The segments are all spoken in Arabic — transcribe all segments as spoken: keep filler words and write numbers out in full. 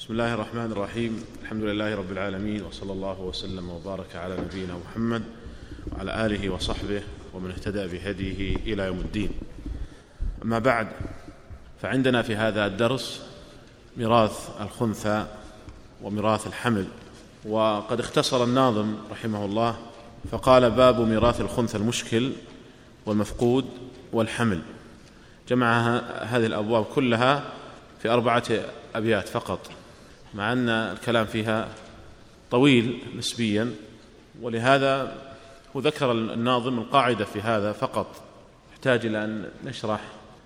بسم الله الرحمن الرحيم. الحمد لله رب العالمين، وصلى الله وسلم وبارك على نبينا محمد وعلى آله وصحبه ومن اهتدى بهديه إلى يوم الدين. أما بعد، فعندنا في هذا الدرس ميراث الخنثى وميراث الحمل. وقد اختصر الناظم رحمه الله فقال: باب ميراث الخنثى المشكل والمفقود والحمل. جمع هذه الأبواب كلها في أربعة أبيات فقط، مع أن الكلام فيها طويل نسبيا، ولهذا هو ذكر الناظم القاعدة في هذا فقط. يحتاج إلى أن نشرح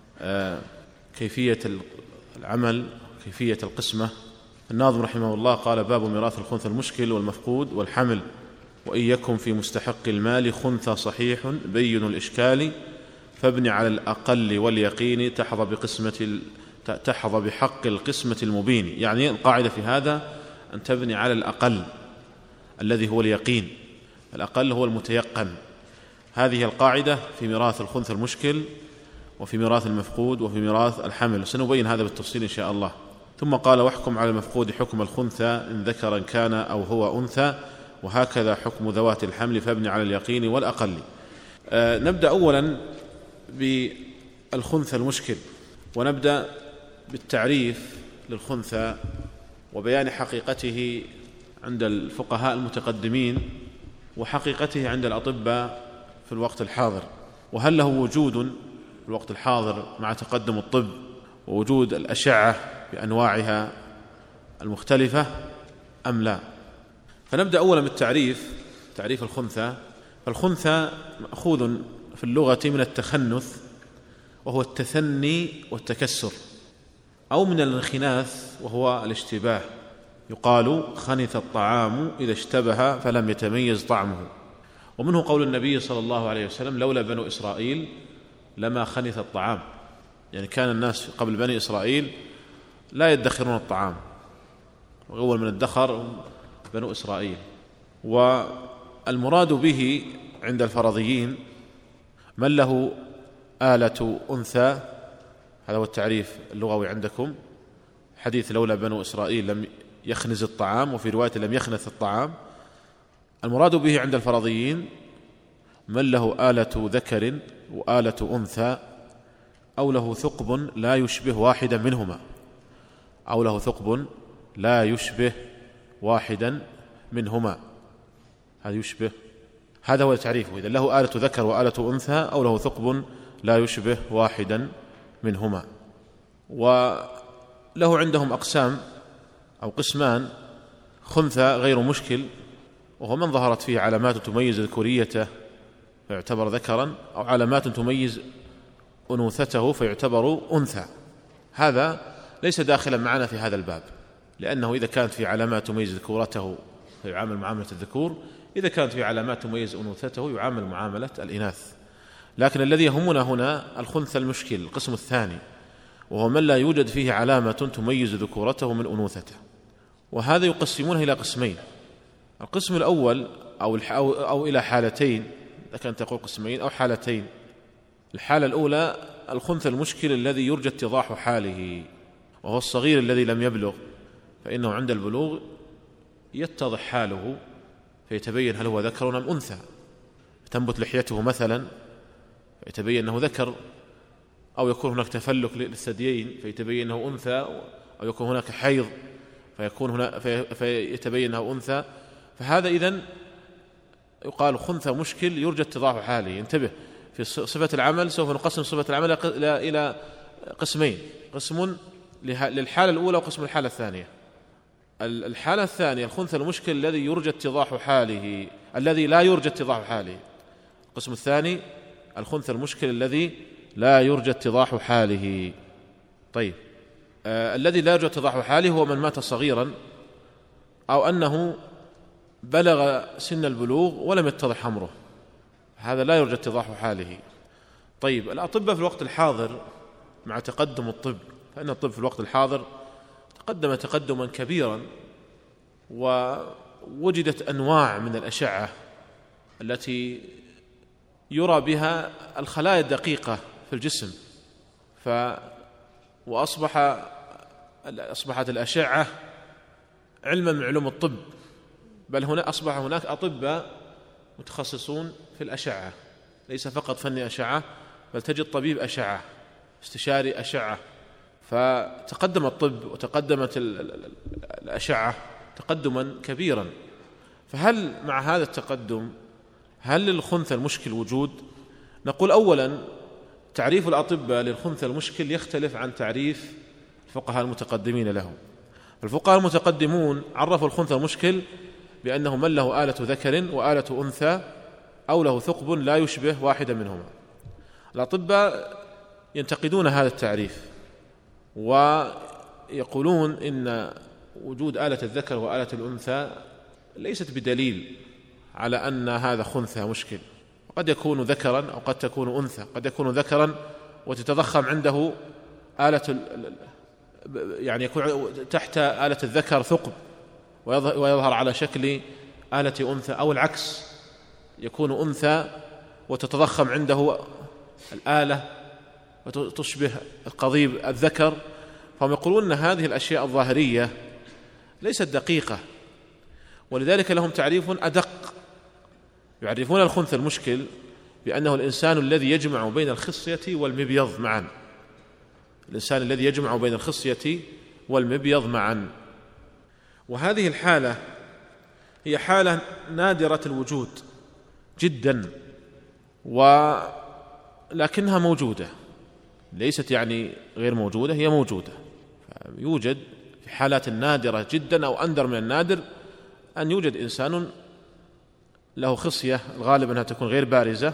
كيفية العمل، كيفية القسمة. الناظم رحمه الله قال: باب ميراث الخنثى المشكل والمفقود والحمل، وإن يكن في مستحق المال خنثى صحيح بين الإشكال، فابن على الأقل واليقين تحظى بقسمة تحظى بحق القسمة المبين. يعني القاعدة في هذا أن تبني على الأقل الذي هو اليقين، الأقل هو المتيقن. هذه القاعدة في ميراث الخنثى المشكل وفي ميراث المفقود وفي ميراث الحمل، سنبين هذا بالتفصيل إن شاء الله. ثم قال: واحكم على المفقود حكم الخنثى إن ذكرا كان أو هو أنثى، وهكذا حكم ذوات الحمل فابن على اليقين والأقل. آه نبدأ أولا بالخنثى المشكل، ونبدأ بالتعريف للخنثى وبيان حقيقته عند الفقهاء المتقدمين وحقيقته عند الأطباء في الوقت الحاضر، وهل له وجود في الوقت الحاضر مع تقدم الطب ووجود الأشعة بأنواعها المختلفة أم لا. فنبدأ أولا بالتعريف، تعريف الخنثى. فالخنثى مأخوذ في اللغة من التخنث، وهو التثني والتكسر، أو من الانخناث وهو الاشتباه. يقال: خنث الطعام إذا اشتبه فلم يتميز طعمه. ومنه قول النبي صلى الله عليه وسلم: لولا بنو إسرائيل لما خنث الطعام. يعني كان الناس قبل بني إسرائيل لا يدخرون الطعام، وأول من ادخر بنو إسرائيل. والمراد به عند الفرضيين من له آلة أنثى، هذا هو التعريف اللغوي عندكم. حديث لولا بنو إسرائيل لم يخنز الطعام، وفي رواية لم يخنث الطعام. المراد به عند الفرضيين من له آلة ذكر وآلة أنثى، أو له ثقب لا يشبه واحدا منهما، أو له ثقب لا يشبه واحدا منهما. هذا يشبه، هذا هو تعريفه. إذا له آلة ذكر وآلة أنثى، أو له ثقب لا يشبه واحدا منهما. وله عندهم أقسام أو قسمان: خنثى غير مشكل، وهو من ظهرت فيه علامات تميز ذكوريته فيعتبر ذكرا، أو علامات تميز أنوثته فيعتبر أنثى. هذا ليس داخلا معنا في هذا الباب، لأنه إذا كانت في علامات تميز ذكورته فيعامل معاملة الذكور، إذا كانت في علامات تميز أنوثته يعامل معاملة الإناث. لكن الذي يهمنا هنا الخنثى المشكل، القسم الثاني، وهو من لا يوجد فيه علامة تميز ذكورته من أنوثته. وهذا يقسمونه إلى قسمين: القسم الأول أو, أو, أو إلى حالتين، إذا كانت تقول قسمين أو حالتين. الحالة الأولى الخنثى المشكل الذي يرجى اتضاح حاله، وهو الصغير الذي لم يبلغ، فإنه عند البلوغ يتضح حاله فيتبين هل هو ذكر أم أنثى. تنبت لحيته مثلا فيتبين أنه ذكر، أو يكون هناك تفلك للثديين فيتبين أنه أنثى، أو يكون هناك حيض فيكون هنا فيتبين أنه أنثى. فهذا إذن يقال خنثى مشكل يرجى اتضاح حاله. انتبه، في صفة العمل سوف نقسم صفة العمل إلى قسمين: قسم للحالة الأولى وقسم الحالة الثانية. الحالة الثانية الخنثى المشكل الذي يرجى اتضاح حاله، الذي لا يرجى اتضاح حاله. القسم الثاني الخنثى المشكل الذي لا يرجى اتضاح حاله. طيب، آه الذي لا يرجى اتضاح حاله هو من مات صغيرا، أو أنه بلغ سن البلوغ ولم يتضح أمره، هذا لا يرجى اتضاح حاله. طيب، الأطباء في الوقت الحاضر مع تقدم الطب، فإن الطب في الوقت الحاضر تقدم تقدما كبيرا، ووجدت أنواع من الأشعة التي يرى بها الخلايا الدقيقة في الجسم، ف وأصبح أصبحت الأشعة علما من علوم الطب، بل هنا أصبح هناك أطباء متخصصون في الأشعة، ليس فقط فني أشعة، بل تجد طبيب أشعة، استشاري أشعة. فتقدم الطب وتقدمت الأشعة تقدما كبيرا. فهل مع هذا التقدم هل للخنثى المشكل وجود؟ نقول أولا تعريف الأطباء للخنثى المشكل يختلف عن تعريف الفقهاء المتقدمين له. الفقهاء المتقدمون عرفوا الخنثى المشكل بأنه من له آلة ذكر وآلة أنثى أو له ثقب لا يشبه واحدا منهما. الأطباء ينتقدون هذا التعريف ويقولون إن وجود آلة الذكر وآلة الأنثى ليست بدليل على أن هذا خنثى مشكل، قد يكون ذكرا أو قد تكون أنثى، قد يكون ذكرا وتتضخم عنده آلة يعني يكون تحت آلة الذكر ثقب ويظهر على شكل آلة أنثى، أو العكس يكون أنثى وتتضخم عنده الآلة وتشبه القضيب الذكر. فهم يقولون أن هذه الأشياء الظاهرية ليست دقيقة، ولذلك لهم تعريف أدق. يعرفون الخنثى المشكل بأنه الإنسان الذي يجمع بين الخصية والمبيض معا، الإنسان الذي يجمع بين الخصية والمبيض معا. وهذه الحالة هي حالة نادرة الوجود جدا، ولكنها موجودة، ليست يعني غير موجودة، هي موجودة. يوجد في حالات نادرة جدا أو أندر من النادر أن يوجد إنسان له خصية، الغالب أنها تكون غير بارزة،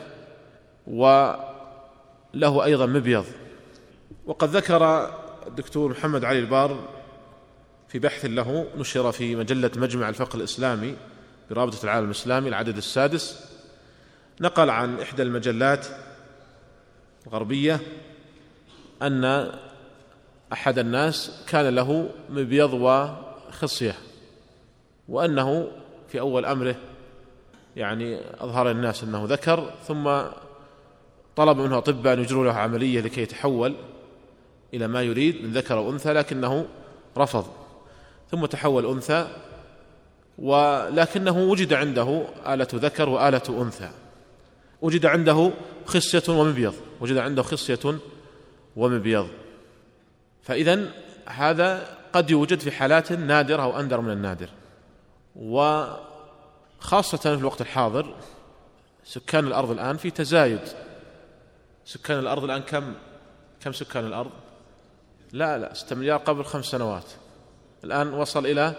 وله أيضا مبيض. وقد ذكر الدكتور محمد علي البار في بحث له نشر في مجلة مجمع الفقه الإسلامي برابطة العالم الإسلامي العدد السادس، نقل عن إحدى المجلات الغربية أن أحد الناس كان له مبيض وخصية، وأنه في أول أمره يعني أظهر الناس أنه ذكر، ثم طلب منه أطباء أن يجروا له عملية لكي يتحول إلى ما يريد من ذكر أو أنثى، لكنه رفض، ثم تحول أنثى، ولكنه وجد عنده آلة ذكر وآلة أنثى، وجد عنده خصية ومبيض، وجد عنده خصية ومبيض. فإذن هذا قد يوجد في حالات نادرة أو أندر من النادر. وخاصة في الوقت الحاضر سكان الأرض الآن في تزايد. سكان الأرض الآن كم كم سكان الأرض؟ لا لا ستة مليار قبل خمس سنوات، الآن وصل إلى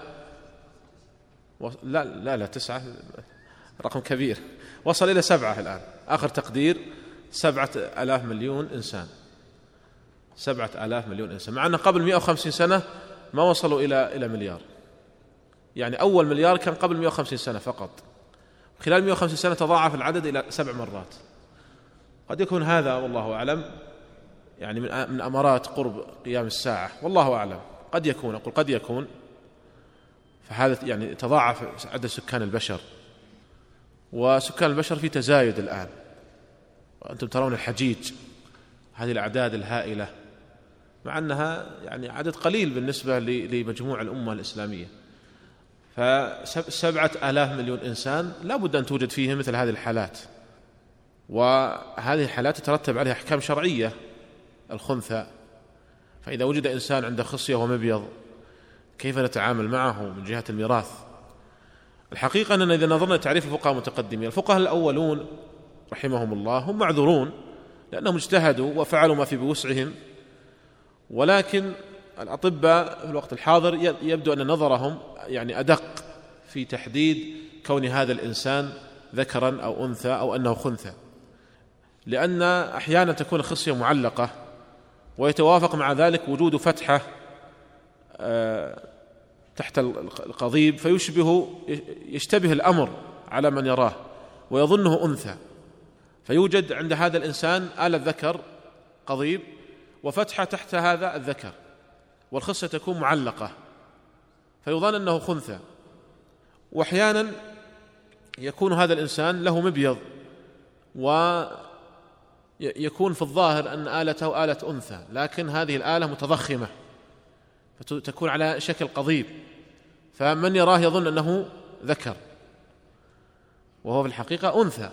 لا لا لا تسعة، رقم كبير، وصل إلى سبعة الآن، آخر تقدير سبعة آلاف مليون إنسان، سبعة آلاف مليون إنسان، مع أن قبل مئة وخمسين سنة ما وصلوا إلى إلى مليار. يعني أول مليار كان قبل مئة وخمسين سنة فقط، خلال مئة وخمسين سنة تضاعف العدد إلى سبع مرات. قد يكون هذا والله أعلم يعني من أمارات قرب قيام الساعة، والله أعلم، قد يكون، أقول قد يكون. فهذا يعني تضاعف عدد سكان البشر، وسكان البشر في تزايد الآن، وأنتم ترون الحجيج، هذه الأعداد الهائلة، مع أنها يعني عدد قليل بالنسبة لمجموع الأمة الإسلامية. فسبعة آلاف مليون إنسان لا بد أن توجد فيهم مثل هذه الحالات، وهذه الحالات تترتب عليها أحكام شرعية الخنثى. فإذا وجد إنسان عنده خصية ومبيض كيف نتعامل معه من جهة الميراث؟ الحقيقة أننا إذا نظرنا تعريف الفقهاء المتقدمين، الفقهاء الأولون رحمهم الله هم معذورون لأنهم اجتهدوا وفعلوا ما في بوسعهم، ولكن الأطباء في الوقت الحاضر يبدو أن نظرهم يعني أدق في تحديد كون هذا الإنسان ذكرا أو أنثى أو أنه خنثى، لأن أحيانا تكون الخصية معلقة ويتوافق مع ذلك وجود فتحة تحت القضيب فيشبه يشتبه الأمر على من يراه ويظنه أنثى، فيوجد عند هذا الإنسان آلة ذكر قضيب وفتحة تحت هذا الذكر، والخصية تكون معلقة فيظن أنه خنثى. وأحيانا يكون هذا الإنسان له مبيض ويكون في الظاهر أن آلته آلة أنثى، لكن هذه الآلة متضخمة فتكون على شكل قضيب، فمن يراه يظن أنه ذكر وهو في الحقيقة أنثى.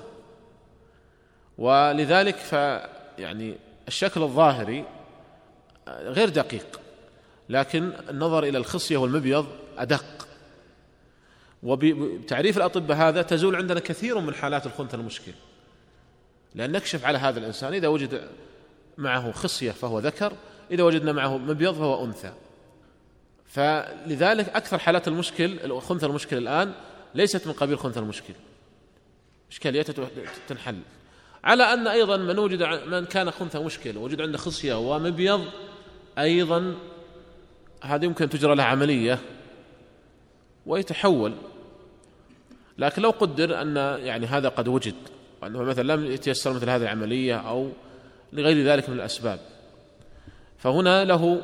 ولذلك فيعني الشكل الظاهري غير دقيق، لكن النظر إلى الخصية والمبيض أدق. وبتعريف الأطباء هذا تزول عندنا كثير من حالات الخنثى المشكل، لأن نكشف على هذا الإنسان إذا وجد معه خصية فهو ذكر، إذا وجدنا معه مبيض فهو أنثى. فلذلك أكثر حالات المشكل الخنثى المشكل الآن ليست من قبيل خنثى المشكل، إشكاليته تنحل. على أن أيضا من وجد من كان خنثى مشكل ووجد عنده خصية ومبيض أيضا هذه يمكن تجرى لها عملية ويتحول. لكن لو قدر أن يعني هذا قد وجد وأنه مثلا لم يتيسر مثل هذه العملية أو لغير ذلك من الأسباب، فهنا له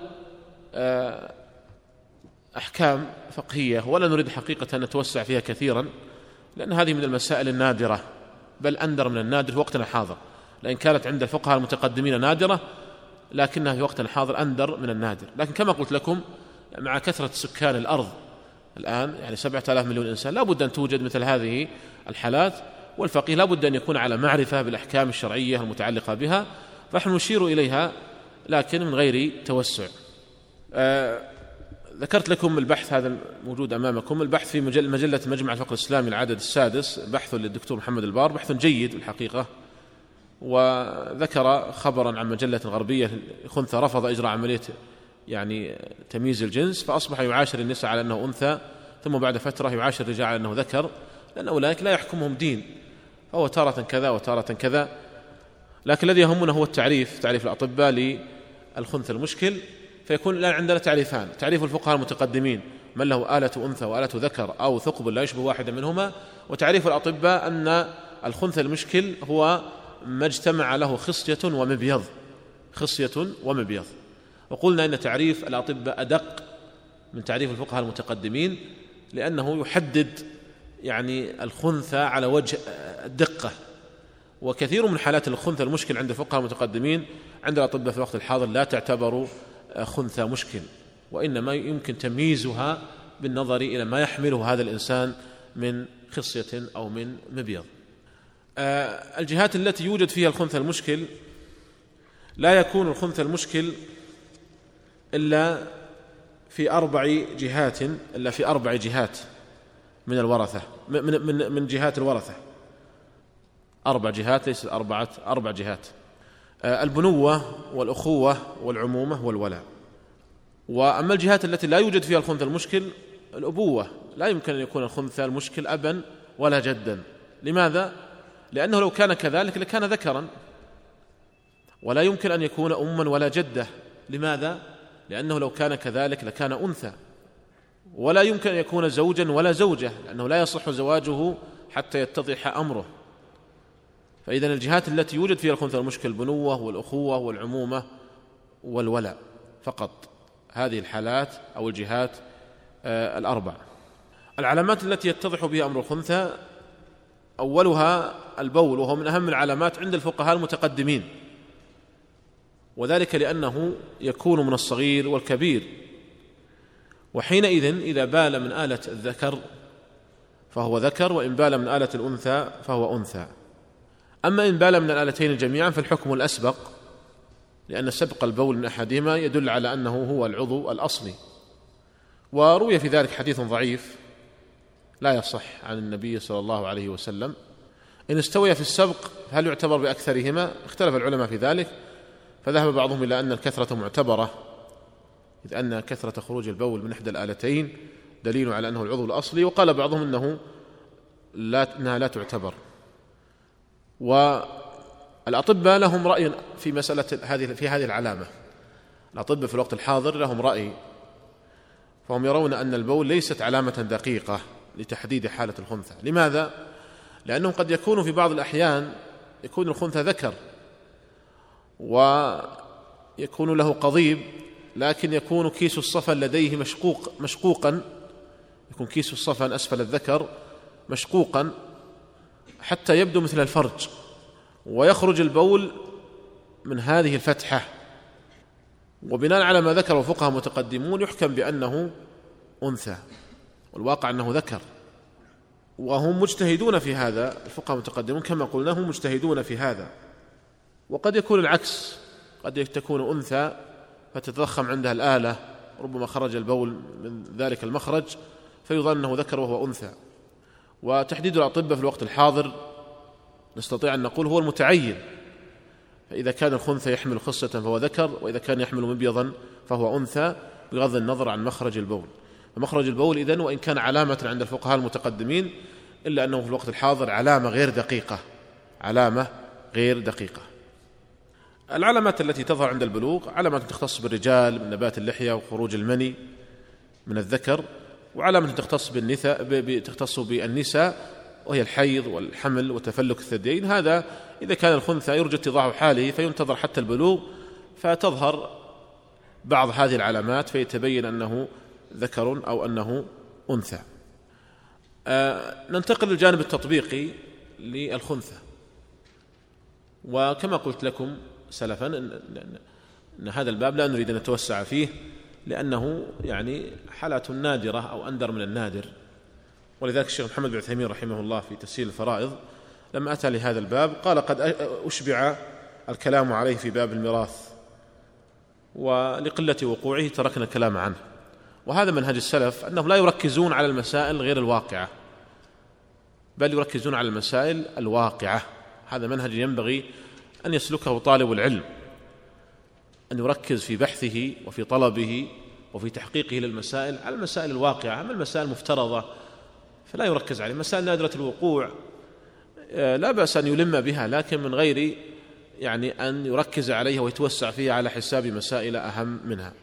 أحكام فقهية ولا نريد حقيقة أن نتوسع فيها كثيرا، لأن هذه من المسائل النادرة، بل أندر من النادر في وقتنا الحاضر. لأن كانت عند الفقهاء المتقدمين نادرة، لكنها في وقتنا الحاضر أندر من النادر. لكن كما قلت لكم مع كثرة سكان الأرض الآن يعني سبعة آلاف مليون إنسان، لا بد أن توجد مثل هذه الحالات، والفقيه لا بد أن يكون على معرفة بالأحكام الشرعية المتعلقة بها، فنحن نشير إليها لكن من غير توسع. آه ذكرت لكم البحث هذا موجود أمامكم، البحث في مجل مجلة مجمع الفقه الإسلامي العدد السادس، بحث للدكتور محمد البار، بحث جيد الحقيقة. وذكر خبرا عن مجلة غربية خنثى رفض إجراء عملية يعني تمييز الجنس، فأصبح يعاشر النساء على أنه أنثى، ثم بعد فترة يعاشر الرجال على أنه ذكر، لأن أولئك لا يحكمهم دين، فهو تارة كذا وتارة كذا. لكن الذي يهمنا هو التعريف، تعريف الأطباء للخنثى المشكل. فيكون الآن عندنا تعريفان: تعريف الفقهاء المتقدمين من له آلة أنثى وآلة ذكر أو ثقب لا يشبه واحدا منهما، وتعريف الأطباء أن الخنثى المشكل هو ما اجتمع له خصية ومبيض، خصية ومبيض. وقلنا إن تعريف الأطباء أدق من تعريف الفقهاء المتقدمين، لأنه يحدد يعني الخنثى على وجه الدقة. وكثير من حالات الخنثى المشكل عند الفقهاء المتقدمين عند الأطباء في الوقت الحاضر لا تعتبر خنثى مشكل، وإنما يمكن تمييزها بالنظر إلى ما يحمله هذا الإنسان من خصية أو من مبيض. الجهات التي يوجد فيها الخنثى المشكل لا يكون الخنثى المشكل إلا في أربع جهات إلا في أربع جهات من الورثة، من من من جهات الورثة، أربع جهات ليس أربعة، أربع جهات: البنوة والأخوة والعمومة والولاء. وأما الجهات التي لا يوجد فيها الخنثى المشكل، الأبوة لا يمكن أن يكون الخنثى المشكل أبا ولا جدا. لماذا؟ لأنه لو كان كذلك لكان ذكرا، ولا يمكن أن يكون أما ولا جدة. لماذا؟ لأنه لو كان كذلك لكان أنثى. ولا يمكن أن يكون زوجا ولا زوجة، لأنه لا يصح زواجه حتى يتضح أمره. فإذن الجهات التي يوجد فيها الخنثى المشكل البنوة والأخوة والعمومة والولاء فقط، هذه الحالات أو الجهات آه الأربع. العلامات التي يتضح بها أمر الخنثى أولها البول، وهو من أهم العلامات عند الفقهاء المتقدمين، وذلك لأنه يكون من الصغير والكبير، وحينئذ إذا بال من آلة الذكر فهو ذكر، وإن بال من آلة الأنثى فهو أنثى. أما إن بال من الآلتين جميعا فالحكم الأسبق، لأن سبق البول من أحدهما يدل على أنه هو العضو الأصلي. وروي في ذلك حديث ضعيف لا يصح عن النبي صلى الله عليه وسلم. إن استوي في السبق هل يعتبر بأكثرهما؟ اختلف العلماء في ذلك، فذهب بعضهم إلى أن الكثرة معتبرة، إذ أن كثرة خروج البول من إحدى الآلتين دليل على أنه العضو الأصلي، وقال بعضهم أنه لا, إنها لا تعتبر. والأطباء لهم رأي في مسألة هذه في هذه العلامة. الأطباء في الوقت الحاضر لهم رأي، فهم يرون أن البول ليست علامة دقيقة لتحديد حالة الخنثى. لماذا؟ لأنه قد يكون في بعض الأحيان يكون الخنثى ذكر ويكون له قضيب، لكن يكون كيس الصفن لديه مشقوق مشقوقا يكون كيس الصفن أسفل الذكر مشقوقا حتى يبدو مثل الفرج، ويخرج البول من هذه الفتحة، وبناء على ما ذكره فقهاء متقدمون يحكم بأنه أنثى. والواقع أنه ذكر، وهم مجتهدون في هذا، الفقهاء المتقدمون كما قلنا هم مجتهدون في هذا. وقد يكون العكس، قد تكون أنثى فتتضخم عندها الآلة، ربما خرج البول من ذلك المخرج فيظن أنه ذكر وهو أنثى. وتحديد الأطباء في الوقت الحاضر نستطيع أن نقول هو المتعين، فإذا كان الخنثى يحمل خصة فهو ذكر، وإذا كان يحمل مبيضا فهو أنثى، بغض النظر عن مخرج البول. فمخرج البول إذن وإن كان علامة عند الفقهاء المتقدمين إلا أنه في الوقت الحاضر علامة غير دقيقة، علامة غير دقيقة. العلامات التي تظهر عند البلوغ علامات تختص بالرجال من نبات اللحية وخروج المني من الذكر، وعلامة تختص بالنساء تختص بالنساء وهي الحيض والحمل وتفلك الثديين. هذا إذا كان الخنثى يرجى اتضاح حاله فينتظر حتى البلوغ فتظهر بعض هذه العلامات فيتبين أنه ذكر أو أنه أنثى. آه ننتقل للجانب التطبيقي للخنثى. وكما قلت لكم سلفا إن, إن هذا الباب لا نريد أن نتوسع فيه لأنه يعني حالة نادرة أو أندر من النادر، ولذلك الشيخ محمد بن عثيمين رحمه الله في تسهيل الفرائض لما أتى لهذا الباب قال قد أشبع الكلام عليه في باب الميراث ولقلة وقوعه تركنا الكلام عنه. وهذا منهج السلف أنهم لا يركزون على المسائل غير الواقعة، بل يركزون على المسائل الواقعة. هذا منهج ينبغي أن يسلكه طالب العلم، أن يركز في بحثه وفي طلبه وفي تحقيقه للمسائل على المسائل الواقعة. أما المسائل المفترضة فلا يركز عليه. مسائل نادرة الوقوع لا بأس أن يلم بها، لكن من غير يعني أن يركز عليها ويتوسع فيها على حساب مسائل أهم منها.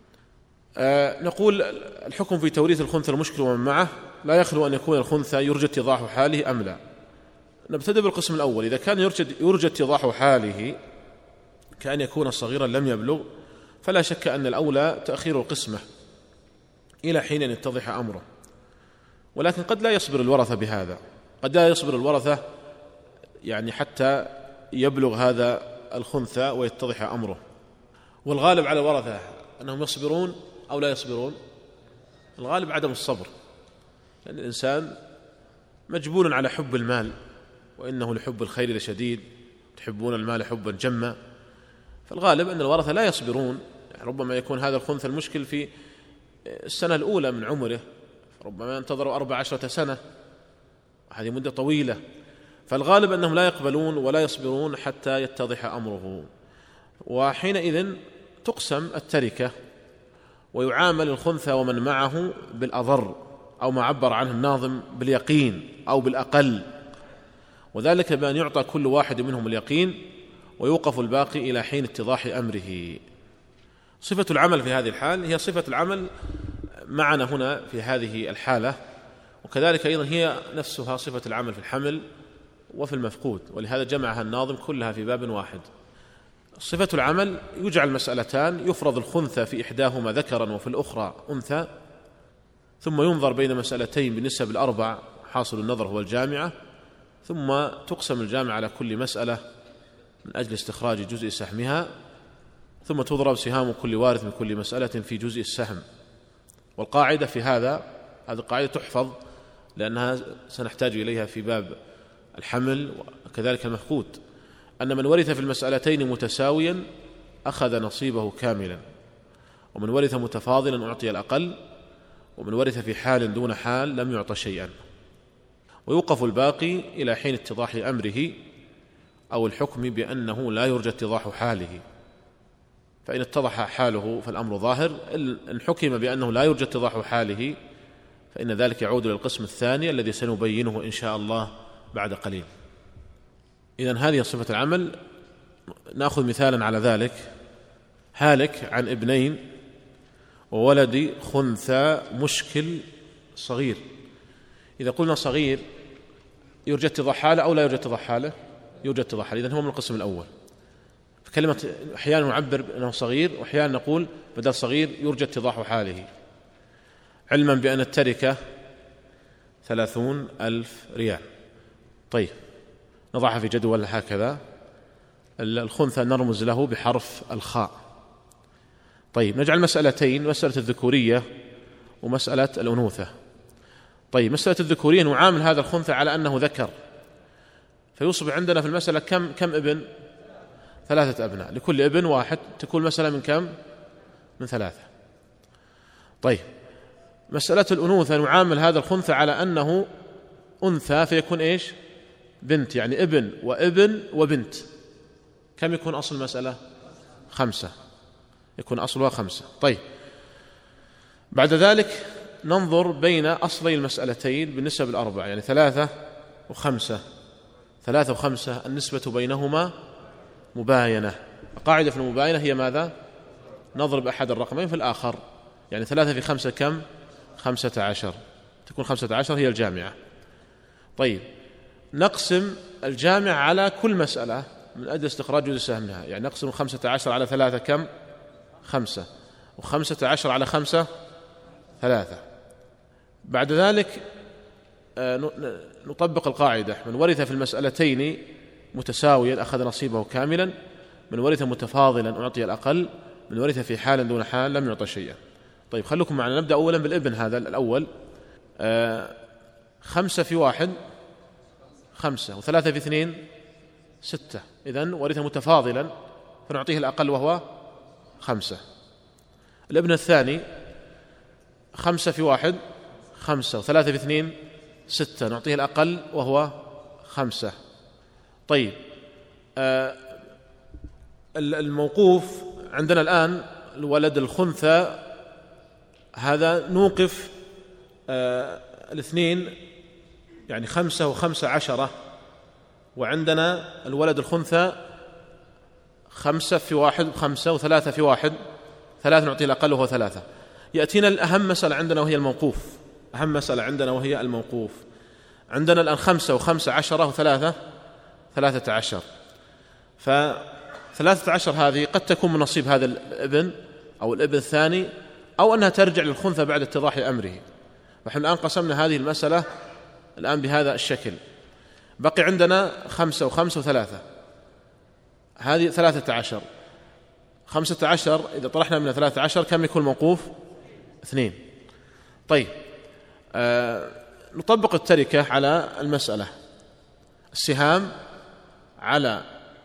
أه نقول الحكم في توريث الخنثى المشكل ومن معه لا يخلو أن يكون الخنثى يرجى اتضاح حاله أم لا. نبتدئ بالقسم الأول. إذا كان يرجى اتضاح حاله كأن يكون صغيرا لم يبلغ فلا شك أن الأولى تأخير القسمة إلى حين أن يتضح أمره، ولكن قد لا يصبر الورثة بهذا، قد لا يصبر الورثة يعني حتى يبلغ هذا الخنثى ويتضح أمره. والغالب على الورثة أنهم يصبرون أو لا يصبرون. الغالب عدم الصبر، لأن الإنسان مجبول على حب المال، وإنه لحب الخير لشديد، تحبون المال حبا جما. فالغالب أن الورثة لا يصبرون. يعني ربما يكون هذا الخنثى المشكل في السنة الأولى من عمره، ربما ينتظروا أربع عشرة سنة، هذه مدة طويلة. فالغالب أنهم لا يقبلون ولا يصبرون حتى يتضح أمره، وحينئذ تقسم التركة ويعامل الخنثى ومن معه بالأضر، أو ما عبر عنه الناظم باليقين أو بالأقل، وذلك بأن يعطى كل واحد منهم اليقين ويوقف الباقي إلى حين اتضاح أمره. صفة العمل في هذه الحال هي صفة العمل معنا هنا في هذه الحالة، وكذلك أيضا هي نفسها صفة العمل في الحمل وفي المفقود، ولهذا جمعها الناظم كلها في باب واحد. صفة العمل يجعل مسألتان، يفرض الخنثى في إحداهما ذكرا وفي الأخرى أنثى، ثم ينظر بين مسألتين بالنسب الأربع، حاصل النظر هو الجامعة، ثم تقسم الجامعة على كل مسألة من أجل استخراج جزء سهمها، ثم تضرب سهام كل وارث من كل مسألة في جزء السهم. والقاعدة في هذا، هذه القاعدة تحفظ لأنها سنحتاج إليها في باب الحمل وكذلك المفقود، أن من ورث في المسألتين متساويا أخذ نصيبه كاملا، ومن ورث متفاضلا أعطي الأقل، ومن ورث في حال دون حال لم يعط شيئا. ويوقف الباقي إلى حين اتضاح أمره أو الحكم بأنه لا يرجى اتضاح حاله. فإن اتضح حاله فالأمر ظاهر، إن حكم بأنه لا يرجى اتضاح حاله فإن ذلك يعود للقسم الثاني الذي سنبينه إن شاء الله بعد قليل. إذن هذه صفة العمل. نأخذ مثالا على ذلك: هالك عن ابنين وولد خنثى مشكل صغير. إذا قلنا صغير يرجى اتضاح حاله أو لا يرجى اتضاح حاله؟ يرجى اتضاح حاله، إذن هو من القسم الأول. فكلمة أحيانا نعبر أنه صغير، وأحيانا نقول بدل صغير يرجى اتضاح حاله، علما بأن التركة ثلاثون ألف ريال. طيب نضعها في جدول هكذا، الخنثى نرمز له بحرف الخاء. طيب نجعل مسألتين، مسألة الذكورية ومسألة الأنوثة. طيب مسألة الذكورية نعامل هذا الخنثى على أنه ذكر، فيصبح عندنا في المسألة كم كم ابن؟ ثلاثة أبناء، لكل ابن واحد، تكون المسألة من كم؟ من ثلاثة. طيب مسألة الأنوثة نعامل هذا الخنثى على أنه أنثى، فيكون إيش؟ بنت، يعني ابن وابن وبنت. كم يكون أصل المسألة؟ خمسة، يكون أصلها خمسة. طيب بعد ذلك ننظر بين أصلي المسألتين بالنسب الأربع، يعني ثلاثة وخمسة. ثلاثة وخمسة النسبة بينهما مباينة. القاعدة في المباينة هي ماذا؟ نضرب أحد الرقمين في الآخر، يعني ثلاثة في خمسة كم؟ خمسة عشر، تكون خمسة عشر هي الجامعة. طيب نقسم الجامع على كل مسألة من أجل استخراج جزء سهمها، يعني نقسم خمسة عشر على ثلاثة كم؟ خمسة، وخمسة عشر على خمسة ثلاثة. بعد ذلك نطبق القاعدة: من ورث في المسألتين متساويا أخذ نصيبه كاملا، من ورث متفاضلا أعطي الأقل، من ورث في حال دون حال لم يعطى شيئا. طيب خلوكم معنا، نبدأ أولا بالابن هذا الأول. آه خمسة في واحد خمسة، وثلاثة في اثنين ستة، إذن ورث متفاضلا فنعطيه الأقل وهو خمسة. الابن الثاني خمسة في واحد خمسة، وثلاثة في اثنين ستة، نعطيه الأقل وهو خمسة. طيب آه الموقوف عندنا الآن الولد الخنثى هذا نوقف آه الاثنين، يعني خمسة وخمسة عشرة، وعندنا الولد الخنثى خمسة في واحد خمسة، وثلاثة في واحد ثلاثة، نعطيه الأقل وهو ثلاثة. يأتينا الأهم مسألة عندنا وهي الموقوف. أهم مسألة عندنا وهي الموقوف. عندنا الآن خمسة وخمسة عشرة وثلاثة ثلاثة عشر، فثلاثة عشر هذه قد تكون من نصيب هذا الابن أو الابن الثاني، أو أنها ترجع للخنثى بعد اتضاح أمره. نحن الآن قسمنا هذه المسألة الآن بهذا الشكل. بقي عندنا خمسة وخمسة وثلاثة، هذه ثلاثة عشر. خمسة عشر إذا طرحنا من ثلاثة عشر كم يكون موقوف؟ اثنين. طيب آه نطبق التركة على المسألة. السهام على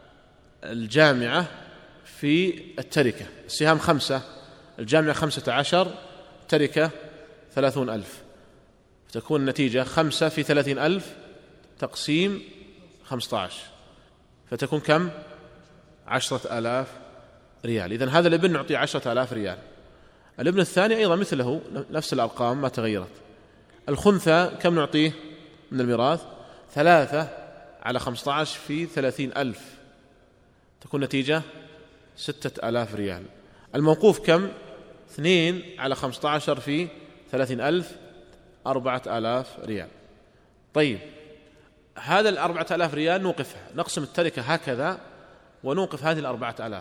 الجامعة في التركة، السهام خمسة، الجامعة خمسة عشر، تركة ثلاثون ألف، فتكون النتيجة خمسة في ثلاثين ألف تقسيم خمسة عشر، فتكون كم؟ عشرة آلاف ريال. إذن هذا الابن نعطيه عشرة آلاف ريال. الابن الثاني أيضا مثله، نفس الأرقام ما تغيرت. الخنثى كم نعطيه من الميراث؟ ثلاثة على خمسة عشر في ثلاثين ألف، تكون نتيجة ستة آلاف ريال. الموقوف كم؟ اثنين على خمسة عشر في ثلاثين ألف، أربعة آلاف ريال. طيب هذا الأربعة آلاف ريال نوقفها، نقسم التركة هكذا ونوقف هذه الأربعة آلاف.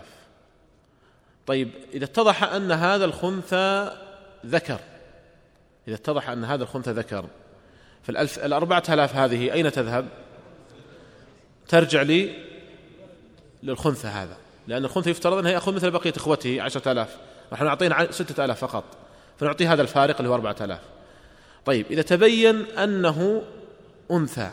طيب إذا اتضح أن هذا الخنثى ذكر، إذا اتضح أن هذا الخنثى ذكر، فالألف الأربعة آلاف هذه أين تذهب؟ ترجع لي للخنثى هذا، لأن الخنثى يفترض أنه يأخذ مثل بقية إخوته عشرة آلاف، نحن نعطينا ستة آلاف فقط، فنعطيه هذا الفارق اللي هو أربعة آلاف. طيب إذا تبين أنه أنثى،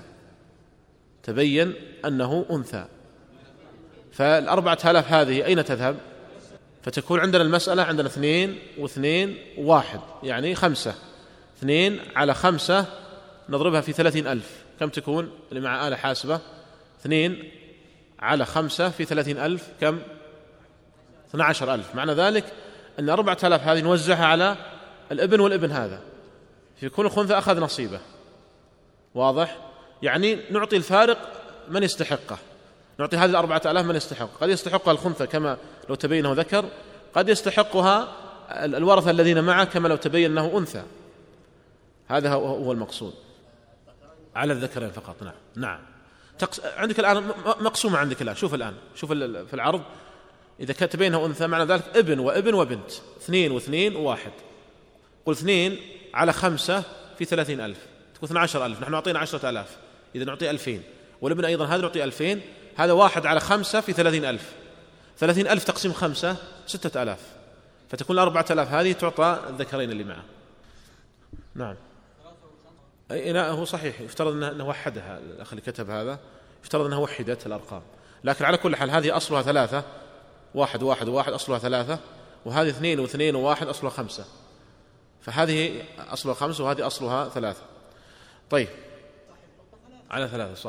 تبين أنه أنثى، فالأربعة آلاف هذه أين تذهب؟ فتكون عندنا المسألة عندنا اثنين واثنين وواحد، يعني خمسة. اثنين على خمسة نضربها في ثلاثين ألف، كم تكون؟ اللي مع آلة حاسبة، اثنين على خمسة في ثلاثين ألف كم؟ اثنى عشر ألف. معنى ذلك أن أربعة آلاف هذه نوزعها على الابن والابن هذا، في كل خنثى أخذ نصيبه. واضح؟ يعني نعطي الفارق من يستحقه، نعطي هذه الأربعة آلاف من يستحق. قد يستحقها الخنثى كما لو تبينه ذكر، قد يستحقها الورثة الذين معه كما لو تبين أنه أنثى. هذا هو المقصود، على الذكرين فقط. نعم نعم. تقس... عندك الآن مقسومة، عندك الآن شوف الآن شوف في العرض، إذا كانت تبينه أنثى معنى ذلك ابن وابن وبنت، اثنين واثنين وواحد. قل اثنين على خمسة في ثلاثين ألف تكون اثنى عشر ألف، نحن نعطينا عشرة آلاف، إذا نعطي ألفين، والابن أيضا هذا نعطي ألفين. هذا واحد على خمسة في ثلاثين ألف، ثلاثين ألف تقسيم خمسة ستة آلاف، فتكون الأربعة آلاف هذه تعطى الذكرين اللي معه. نعم لا هو صحيح، يفترض أنه وحدها، الأخ اللي كتب هذا يفترض أنها وحدت الأرقام، لكن على كل حال هذه أصلها ثلاثة، واحد واحد واحد أصلها ثلاثة، وهذه اثنين واثنين وواحد أصلها خمسة، فهذه أصلها خمسة وهذه أصلها ثلاثة. طيب على ثلاثة صح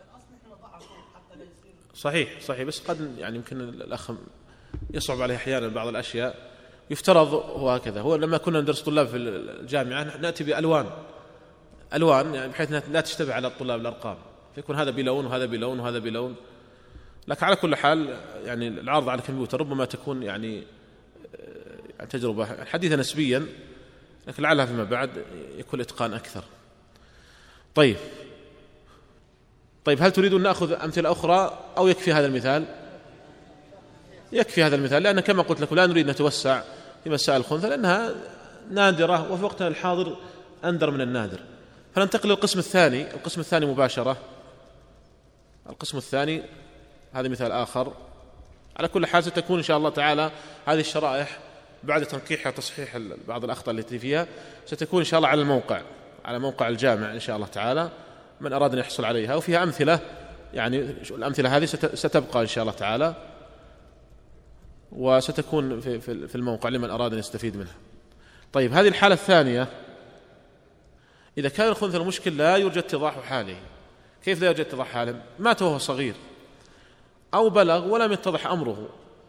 صحيح صحيح، بس قد يعني يمكن الأخ يصعب عليه أحيانا بعض الأشياء، يفترض هو هكذا. هو لما كنا ندرس طلاب في الجامعة نأتي بألوان ألوان يعني بحيث لا تشتبه على الطلاب الأرقام، فيكون هذا بلون وهذا بلون وهذا بلون. لكن على كل حال يعني العرض على الكمبيوتر ربما تكون يعني تجربة حديثة نسبيا، لكن لعلها فيما بعد يكون إتقان أكثر. طيب طيب هل تريد أن نأخذ أمثلة أخرى أو يكفي هذا المثال؟ يكفي هذا المثال، لأن كما قلت لكم لا نريد نتوسع في مسائل الخنثى لأنها نادرة، وفي وقتنا الحاضر أندر من النادر. فننتقل للقسم الثاني. القسم الثاني مباشرة، القسم الثاني هذا مثال آخر. على كل حال ستكون إن شاء الله تعالى هذه الشرائح بعد تنقيحها وتصحيح بعض الأخطاء التي فيها ستكون إن شاء الله على الموقع، على موقع الجامع إن شاء الله تعالى، من أراد أن يحصل عليها، وفيها أمثلة، يعني الأمثلة هذه ستبقى إن شاء الله تعالى وستكون في في الموقع لمن أراد أن يستفيد منها. طيب هذه الحالة الثانية، إذا كان الخنثى المشكل لا يرجى اتضاح حاله. كيف لا يرجى اتضاح حاله؟ مات وهو صغير أو بلغ ولم يتضح أمره،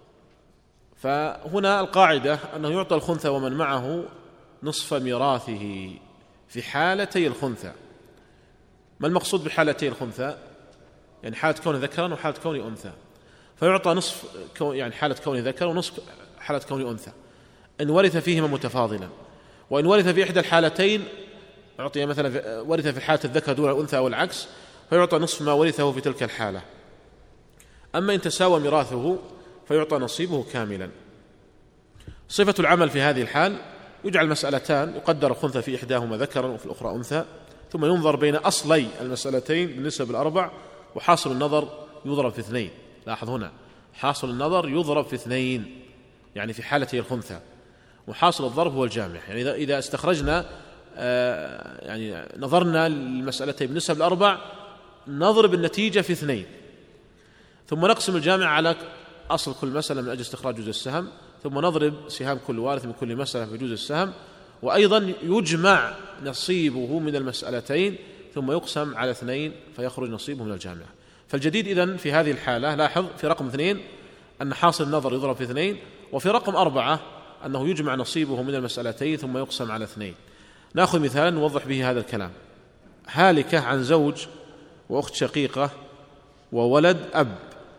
فهنا القاعدة أنه يعطى الخنثى ومن معه نصف ميراثه في حالتي الخنثى. ما المقصود بحالتي الخنثى؟ يعني حالة كونه ذكرا وحالة كونه أنثى، فيعطى نصف يعني حالة كونه ذكر ونصف حالة كونه أنثى إن ورث فيهما متفاضلا، وإن ورث في إحدى الحالتين أعطي مثلا ورث في حالة الذكر دون الأنثى أو العكس فيعطى نصف ما ورثه في تلك الحالة. أما إن تساوى ميراثه فيعطى نصيبه كاملا. صفة العمل في هذه الحال يجعل مسألتان، يقدر الخنثى في إحداهما ذكرا وفي الأخرى أنثى، ثم ينظر بين أصلي المسألتين بالنسب الأربع، وحاصل النظر يضرب في اثنين. لاحظ هنا حاصل النظر يضرب في اثنين، يعني في حالته الخنثى، وحاصل الضرب هو الجامع. يعني إذا إذا استخرجنا آه يعني نظرنا للمسألتين بالنسب الأربع نضرب النتيجة في اثنين، ثم نقسم الجامع على أصل كل مسألة من أجل استخراج جزء السهم، ثم نضرب سهام كل وارث من كل مسألة في جزء السهم، وأيضا يجمع نصيبه من المسألتين ثم يقسم على اثنين فيخرج نصيبه من الجامع. فالجديد إذن في هذه الحالة، لاحظ في رقم اثنين أن حاصل النظر يضرب في اثنين، وفي رقم أربعة أنه يجمع نصيبه من المسألتين ثم يقسم على اثنين. نأخذ مثالا نوضح به هذا الكلام. هالكة عن زوج وأخت شقيقة وولد أب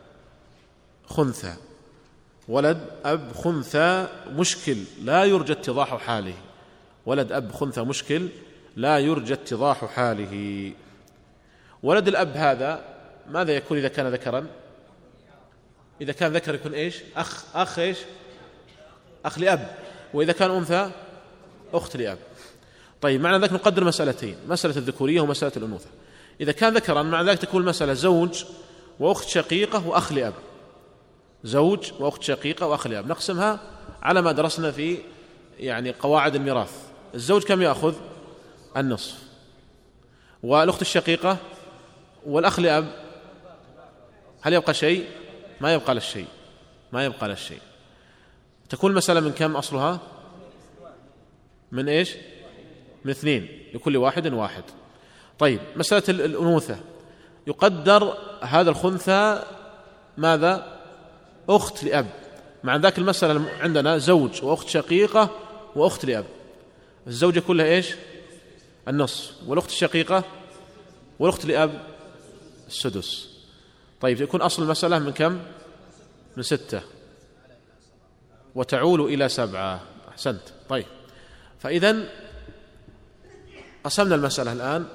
خنثى، ولد أب خنثى مشكل لا يرجى اتضاح حاله، ولد أب خنثى مشكل لا يرجى اتضاح حاله. ولد الأب هذا ماذا يكون إذا كان ذكرا؟ إذا كان ذكر يكون إيش؟ أخ أخ إيش؟ أخ لأب. وإذا كان أنثى أخت لأب. طيب معنى ذلك نقدر مسألتين، مسألة الذكورية ومسألة الأنوثة. إذا كان ذكرا معنى ذلك تكون المسألة زوج وأخت شقيقة وأخ لأب، زوج وأخت شقيقة وأخ لأب، نقسمها على ما درسنا في يعني قواعد الميراث. الزوج كم يأخذ؟ النصف، والأخت الشقيقة والأخ لأب هل يبقى شيء؟ ما يبقى للشيء، ما يبقى للشيء. تكون المسألة من كم أصلها؟ من إيش؟ من اثنين، لكل واحد واحد. طيب مسألة الأنوثة يقدر هذا الخنثى ماذا؟ أخت لأب. مع ذاك المسألة عندنا زوج وأخت شقيقة وأخت لأب، الزوجة كلها إيش؟ النصف، والأخت الشقيقة والأخت لأب السدس. طيب يكون أصل المسألة من كم؟ من ستة وتعول إلى سبعة. أحسنت. طيب فإذن قسمنا المسألة الآن،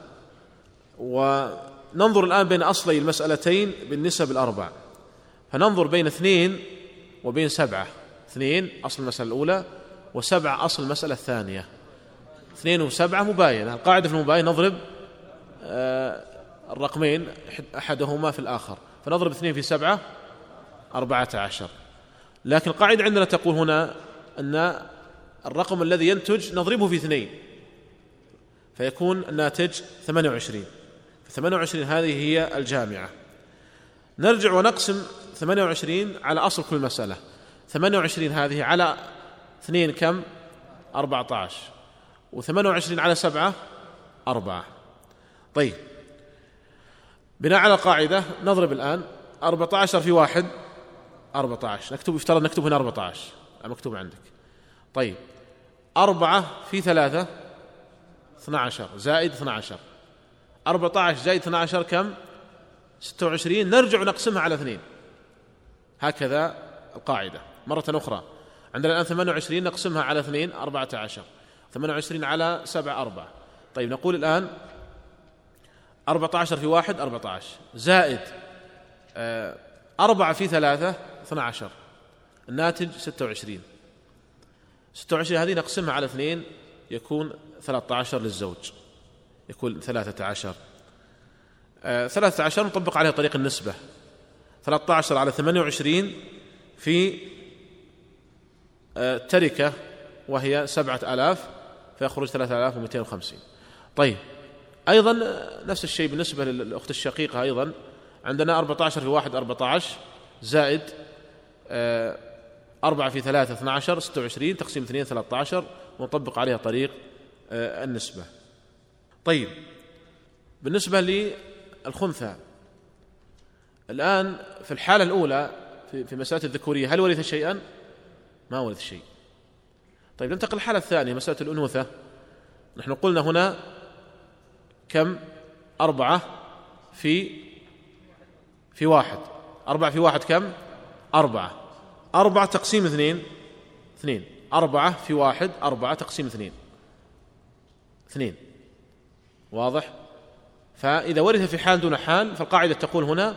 وننظر الآن بين أصلي المسألتين بالنسب الأربع، فننظر بين اثنين وبين سبعة. اثنين أصل المسألة الأولى وسبعة أصل المسألة الثانية. اثنين وسبعة مباينة، القاعدة في المباين نضرب آه الرقمين أحدهما في الآخر، فنضرب اثنين في سبعة أربعة عشر. لكن القاعدة عندنا تقول هنا أن الرقم الذي ينتج نضربه في اثنين، فيكون الناتج ثمانية وعشرين. ثمانية وعشرين هذه هي الجامعة. نرجع ونقسم ثمانية وعشرين على أصل كل مسألة. ثمانية وعشرين هذه على اثنين كم؟ أربعة عشر. وثمانية وعشرين على سبعة أربعة. طيب، بناء على القاعدة نضرب الآن أربعة عشر في واحد أربعة عشر. نكتب، يفترض نكتب هنا أربعة عشر مكتوب عندك. طيب، أربعة في ثلاثة اثنى عشر زائد اثنى عشر. أربعة عشر زائد اثنى عشر كم؟ ستة وعشرين. نرجع نقسمها على اثنين. هكذا القاعدة مرة أخرى. عندنا الآن ثمانية وعشرين نقسمها على اثنين أربعة عشر. ثمانية وعشرين على سبعة أربعة. طيب، نقول الآن أربعة عشر في واحد أربعة عشر زائد أربعة في ثلاثة اثنى عشر. الناتج ستة وعشرين. ستة وعشرين هذه نقسمها على اثنين يكون ثلاثة عشر للزوج، يكون ثلاثة عشر. آه ثلاثة عشر نطبق عليها طريق النسبة. ثلاثة عشر على ثمانية وعشرين في آه تركة وهي سبعة آلاف، فيخرج ثلاثة آلاف ومئتين وخمسين. طيب، أيضا نفس الشيء بالنسبة للأخت الشقيقة. أيضا عندنا أربعة عشر في واحد أربعة عشر زائد آه أربعة في ثلاثة اثنى عشر ستة وعشرين تقسيم اثنين ثلاثة عشر، ونطبق عليها طريق آه النسبة. طيب، بالنسبة للخنثى الآن في الحالة الأولى في مسألة الذكورية هل ورث شيئا؟ ما ورث شيء. طيب، ننتقل الحالة الثانية مسألة الأنوثة. نحن قلنا هنا كم؟ أربعة في في واحد. أربعة في واحد كم؟ أربعة. أربعة تقسيم اثنين اثنين. أربعة في واحد أربعة تقسيم اثنين اثنين. واضح؟ فإذا ورث في حال دون حال فالقاعدة تقول هنا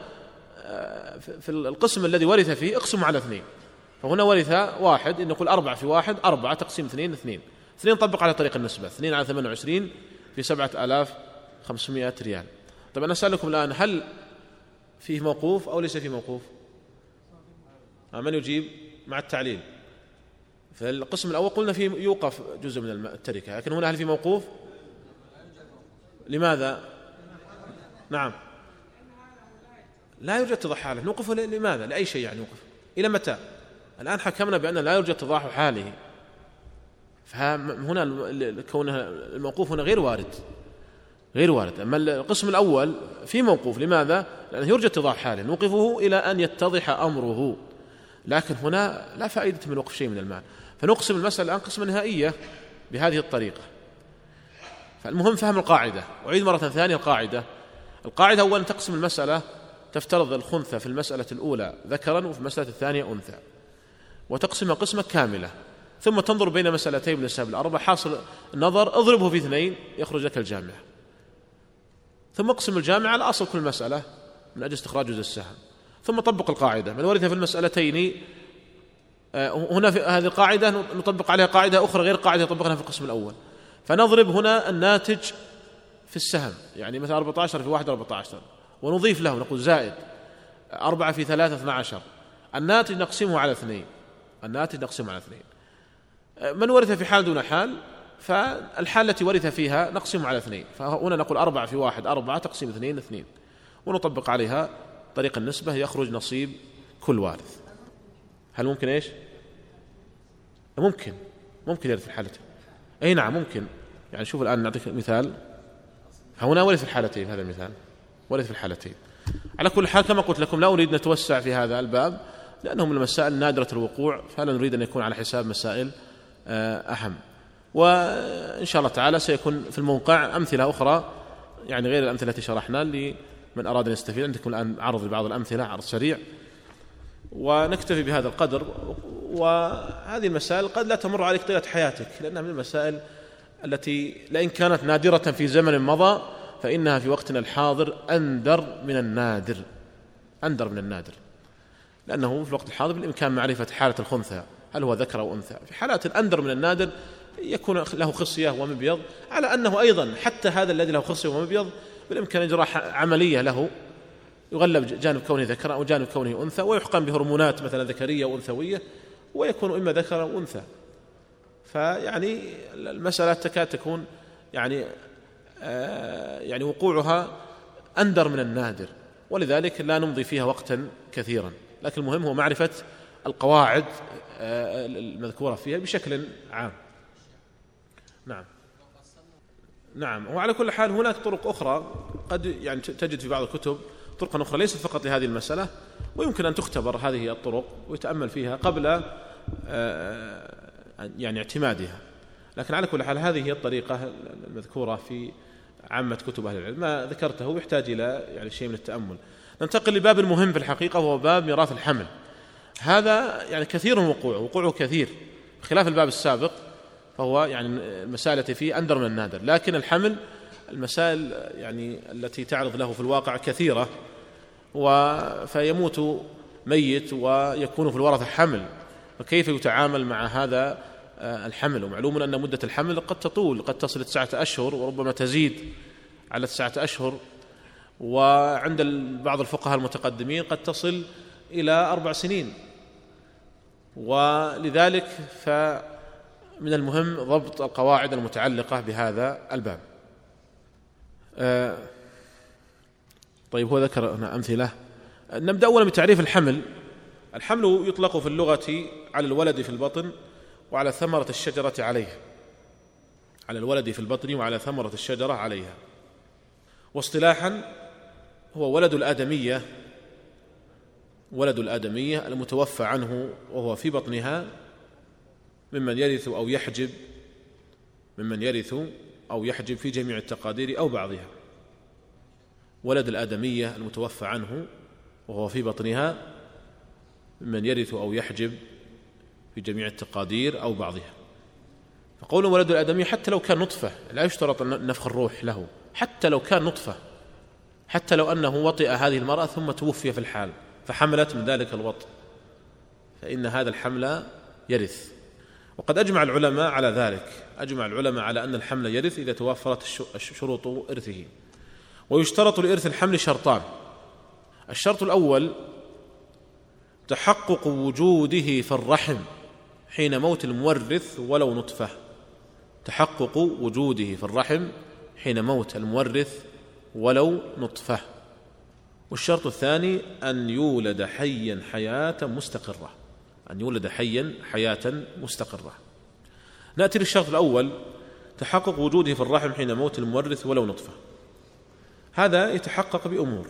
في القسم الذي ورث فيه اقسم على اثنين. فهنا ورث واحد، إن نقول أربعة في واحد أربعة تقسيم اثنين اثنين. اثنين طبق على طريق النسبة. اثنين على ثمانية وعشرين في سبعة آلاف خمسمائة ريال. طيب، أنا أسألكم الآن هل فيه موقوف أو ليس فيه موقوف؟ من يجيب مع التعليل؟ في القسم الأول قلنا فيه يوقف جزء من التركة، لكن هنا هل فيه موقوف؟ لماذا؟ نعم، لا يوجد اتضاح حاله. نوقفه لماذا؟ لأي شيء يعني نوقف؟ إلى متى؟ الآن حكمنا بأن لا يوجد اتضاح حاله، فهنا كون الموقوف هنا غير وارد غير وارد. أما القسم الأول في موقوف. لماذا؟ لأنه يرجى اتضاح حاله، نوقفه إلى أن يتضح أمره. لكن هنا لا فائدة من وقف شيء من المال، فنقسم المسألة الآن قسمة نهائية بهذه الطريقة. فالمهم فهم القاعدة. أعيد مرة ثانية القاعدة. القاعدة أولا تقسم المسألة، تفترض الخنثى في المسألة الأولى ذكرا وفي المسألة الثانية أنثى، وتقسمها قسمة كاملة، ثم تنظر بين مسألتين من الأسباب الأربع، حاصل النظر اضربه في اثنين يخرج لك الجامع، ثم اقسم الجامع على أصل كل مسألة من أجل استخراج جزء السهم، ثم طبق القاعدة. من ورث في المسألتين هنا في هذه القاعدة نطبق عليها قاعدة أخرى غير قاعدة طبقنا في القسم الأول، فنضرب هنا الناتج في السهم، يعني مثلا أربعة عشر في واحد أربعة عشر، ونضيف له نقول زائد أربعة في ثلاثة اثنى عشر. الناتج نقسمه على اثنين الناتج نقسمه على اثنين. من ورث في حال دون حال فالحالة التي ورث فيها نقسمه على اثنين، فهنا نقول أربعة في واحد أربعة تقسيم اثنين اثنين، ونطبق عليها طريق النسبة يخرج نصيب كل وارث. هل ممكن إيش؟ ممكن ممكن يرث في الحالتين. أي نعم ممكن. يعني شوف الآن نعطيك مثال. هنا ورث في الحالتين، هذا المثال ورث في الحالتين. على كل حال كما قلت لكم لا أريد نتوسع في هذا الباب لأنه من المسائل نادرة الوقوع، فلا نريد أن يكون على حساب مسائل أهم. وإن شاء الله تعالى سيكون في الموقع أمثلة أخرى يعني غير الأمثلة التي شرحنا لمن أراد أن يستفيد. عندكم الآن عرض لبعض الأمثلة عرض سريع، ونكتفي بهذا القدر. وهذه المسائل قد لا تمر عليك طيلة حياتك، لأنها من المسائل التي لئن كانت نادرة في زمن مضى فإنها في وقتنا الحاضر أندر من النادر أندر من النادر لأنه في الوقت الحاضر بالإمكان معرفة حالة الخنثى هل هو ذكر أو أنثى. في حالات الأندر من النادر يكون له خصية ومبيض، على أنه أيضا حتى هذا الذي له خصية ومبيض بالإمكان إجراء عملية له يغلب جانب كونه ذكر أو جانب كونه أنثى، ويحقن بهرمونات مثلا ذكرية وأنثوية ويكون إما ذكر أو أنثى. فيعني المسألة تكاد تكون يعني يعني وقوعها أندر من النادر، ولذلك لا نمضي فيها وقتا كثيرا، لكن المهم هو معرفة القواعد المذكورة فيها بشكل عام. نعم نعم وعلى كل حال هناك طرق أخرى قد يعني تجد في بعض الكتب طرقا أخرى ليست فقط لهذه المسألة، ويمكن أن تختبر هذه الطرق ويتأمل فيها قبل يعني اعتمادها، لكن على كل حال هذه هي الطريقة المذكورة في عامة كتب أهل العلم. ما ذكرته يحتاج إلى يعني شيء من التأمل. ننتقل لباب مهم في الحقيقة، وهو باب ميراث الحمل. هذا يعني كثير من وقوعه وقوعه كثير خلاف الباب السابق، فهو يعني المسائل التي فيه أندر من النادر، لكن الحمل المسائل يعني التي تعرض له في الواقع كثيرة، فيموت ميت ويكون في الورثة حمل، فكيف يتعامل مع هذا الحمل؟ ومعلوم أن مدة الحمل قد تطول، قد تصل تسعة أشهر وربما تزيد على تسعة أشهر، وعند بعض الفقهاء المتقدمين قد تصل إلى أربع سنين. ولذلك فمن المهم ضبط القواعد المتعلقة بهذا الباب. طيب هو ذكر هنا أمثلة. نبدأ أولا بتعريف الحمل. الحمل يطلق في اللغة على الولد في البطن وعلى ثمرة الشجرة عليها، على الولد في البطن وعلى ثمرة الشجرة عليها. واصطلاحا هو ولد الآدمية، ولد الآدمية المتوفى عنه وهو في بطنها ممن يرث أو يحجب، ممن يرث أو يحجب في جميع التقادير أو بعضها. ولد الآدمية المتوفى عنه وهو في بطنها ممن يرث أو يحجب في جميع التقادير أو بعضها. فقول ولد الآدمية حتى لو كان نطفة، لا يشترط نفخ الروح له، حتى لو كان نطفة، حتى لو أنه وطئ هذه المرأة ثم توفي في الحال فحملت من ذلك الوطء، فإن هذا الحمل يرث. وقد أجمع العلماء على ذلك، أجمع العلماء على أن الحمل يرث إذا توفرت شروط إرثه. ويشترط لإرث الحمل شرطان. الشرط الأول تحقق وجوده في الرحم حين موت المورث ولو نطفة، تحقق وجوده في الرحم حين موت المورث ولو نطفة. والشرط الثاني أن يولد حيا حياة مستقرة، أن يولد حيا حياة مستقرة. نأتي للشرط الأول، تحقق وجوده في الرحم حين موت المورث ولو نطفة. هذا يتحقق بأمور.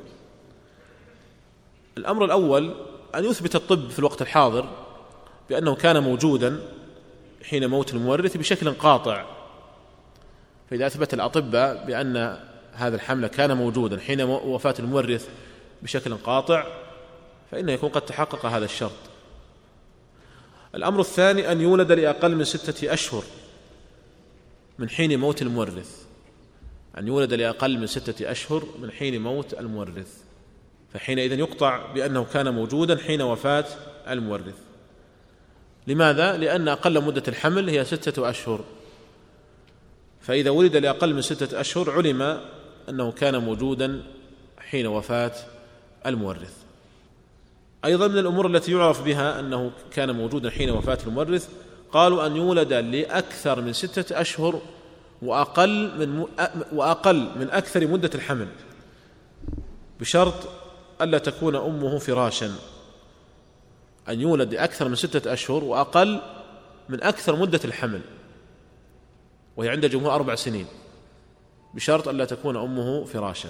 الأمر الأول أن يثبت الطب في الوقت الحاضر بأنه كان موجودا حين موت المورث بشكل قاطع. فإذا أثبت الأطباء بأن هذا الحمل كان موجودا حين وفاة المورث بشكل قاطع، فإنه يكون قد تحقق هذا الشرط. الأمر الثاني أن يولد لأقل من ستة أشهر من حين موت المورث، أن يولد لأقل من ستة أشهر من حين موت المورث، فحينئذ يقطع بأنه كان موجودا حين وفاة المورث. لماذا؟ لأن أقل مدة الحمل هي ستة أشهر، فإذا ولد لأقل من ستة أشهر علم أنه كان موجودا حين وفاة المورث. أيضا من الأمور التي يعرف بها أنه كان موجودا حين وفاة المورث، قالوا أن يولد لأكثر من ستة أشهر وأقل من, وأقل من أكثر مدة الحمل، بشرط ألا تكون أمه فراشا. أن يولد لأكثر من ستة أشهر وأقل من أكثر مدة الحمل، وهي عند جمهور أربع سنين، بشرط ألا تكون أمه فراشا.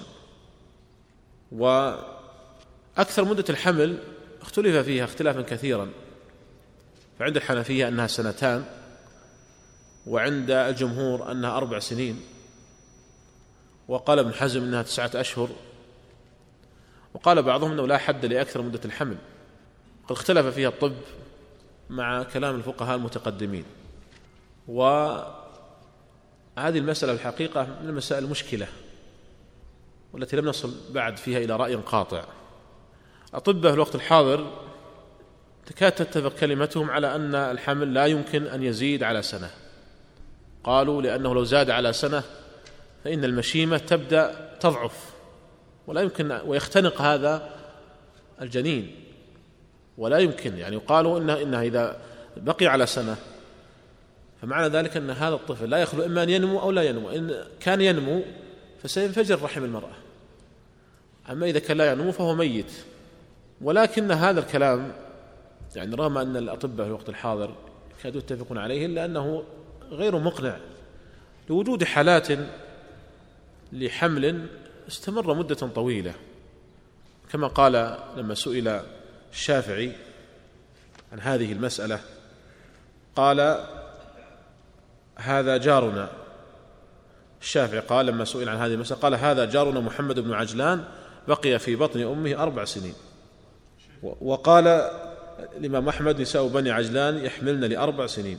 وأكثر مدة الحمل اختلف فيها اختلافا كثيرا، فعند الحنفية أنها سنتان، وعند الجمهور أنها أربع سنين، وقال ابن حزم أنها تسعة أشهر، وقال بعضهم أنه لا حد لأكثر مدة الحمل. قد اختلف فيها الطب مع كلام الفقهاء المتقدمين. وهذه المسألة الحقيقة من المسائل المشكلة والتي لم نصل بعد فيها إلى رأي قاطع. أطباء في الوقت الحاضر تكاد تتفق كلمتهم على أن الحمل لا يمكن أن يزيد على سنة. قالوا لأنه لو زاد على سنة فإن المشيمة تبدأ تضعف ولا يمكن ويختنق هذا الجنين، ولا يمكن يعني قالوا إنه, إنه إذا بقي على سنة فمعنى ذلك أن هذا الطفل لا يخلو إما أن ينمو أو لا ينمو. إن كان ينمو فسينفجر رحم المرأة. أما إذا كان لا ينمو فهو ميت. ولكن هذا الكلام يعني رغم أن الأطباء في الوقت الحاضر كادوا يتفقون عليه إلا أنه غير مقنع لوجود حالات لحمل استمر مدة طويلة، كما قال لما سئل الشافعي عن هذه المسألة قال هذا جارنا. الشافعي قال لما سئل عن هذه المسألة قال هذا جارنا محمد بن عجلان بقي في بطن أمه أربع سنين. وقال الإمام أحمد نساء بني عجلان يحملن لأربع سنين.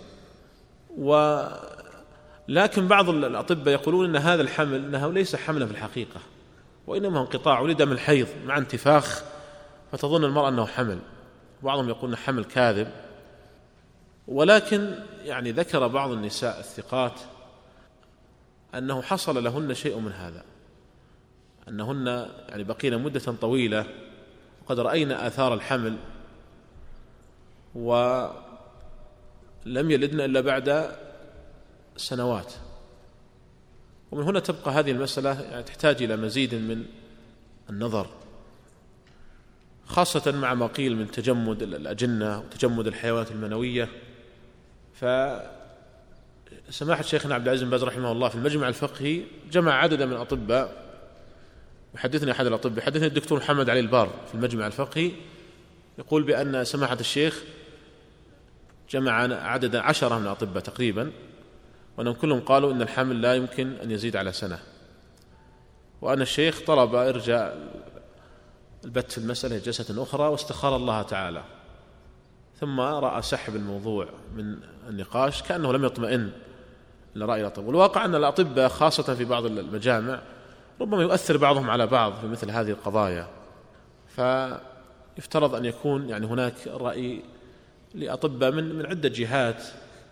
ولكن بعض الأطباء يقولون أن هذا الحمل أنه ليس حملا في الحقيقة، وإنما انقطاع ولد من الحيض مع انتفاخ فتظن المرأة أنه حمل. بعضهم يقولون حمل كاذب. ولكن يعني ذكر بعض النساء الثقات أنه حصل لهن شيء من هذا، أنهن يعني بقينا مدة طويلة وقد رأينا آثار الحمل ولم يلدن إلا بعد سنوات. ومن هنا تبقى هذه المسألة يعني تحتاج إلى مزيد من النظر، خاصة مع ما قيل من تجمد الأجنة وتجمد الحيوانات المنوية. فسماحة شيخنا عبد العزيز بن باز رحمه الله في المجمع الفقهي جمع عددا من الأطباء. يحدثني أحد الأطباء يحدثني الدكتور محمد علي البار في المجمع الفقهي يقول بأن سماحة الشيخ جمع عددا عشرة من الأطباء تقريبا، وأنهم كلهم قالوا إن الحمل لا يمكن أن يزيد على سنة. وأن الشيخ طلب إرجاء البت في المسألة جلسة أخرى واستخار الله تعالى، ثم رأى سحب الموضوع من النقاش كأنه لم يطمئن لرأي الأطباء. والواقع أن الأطباء خاصة في بعض المجامع ربما يؤثر بعضهم على بعض في مثل هذه القضايا، فيفترض أن يكون يعني هناك رأي لأطباء من من عدة جهات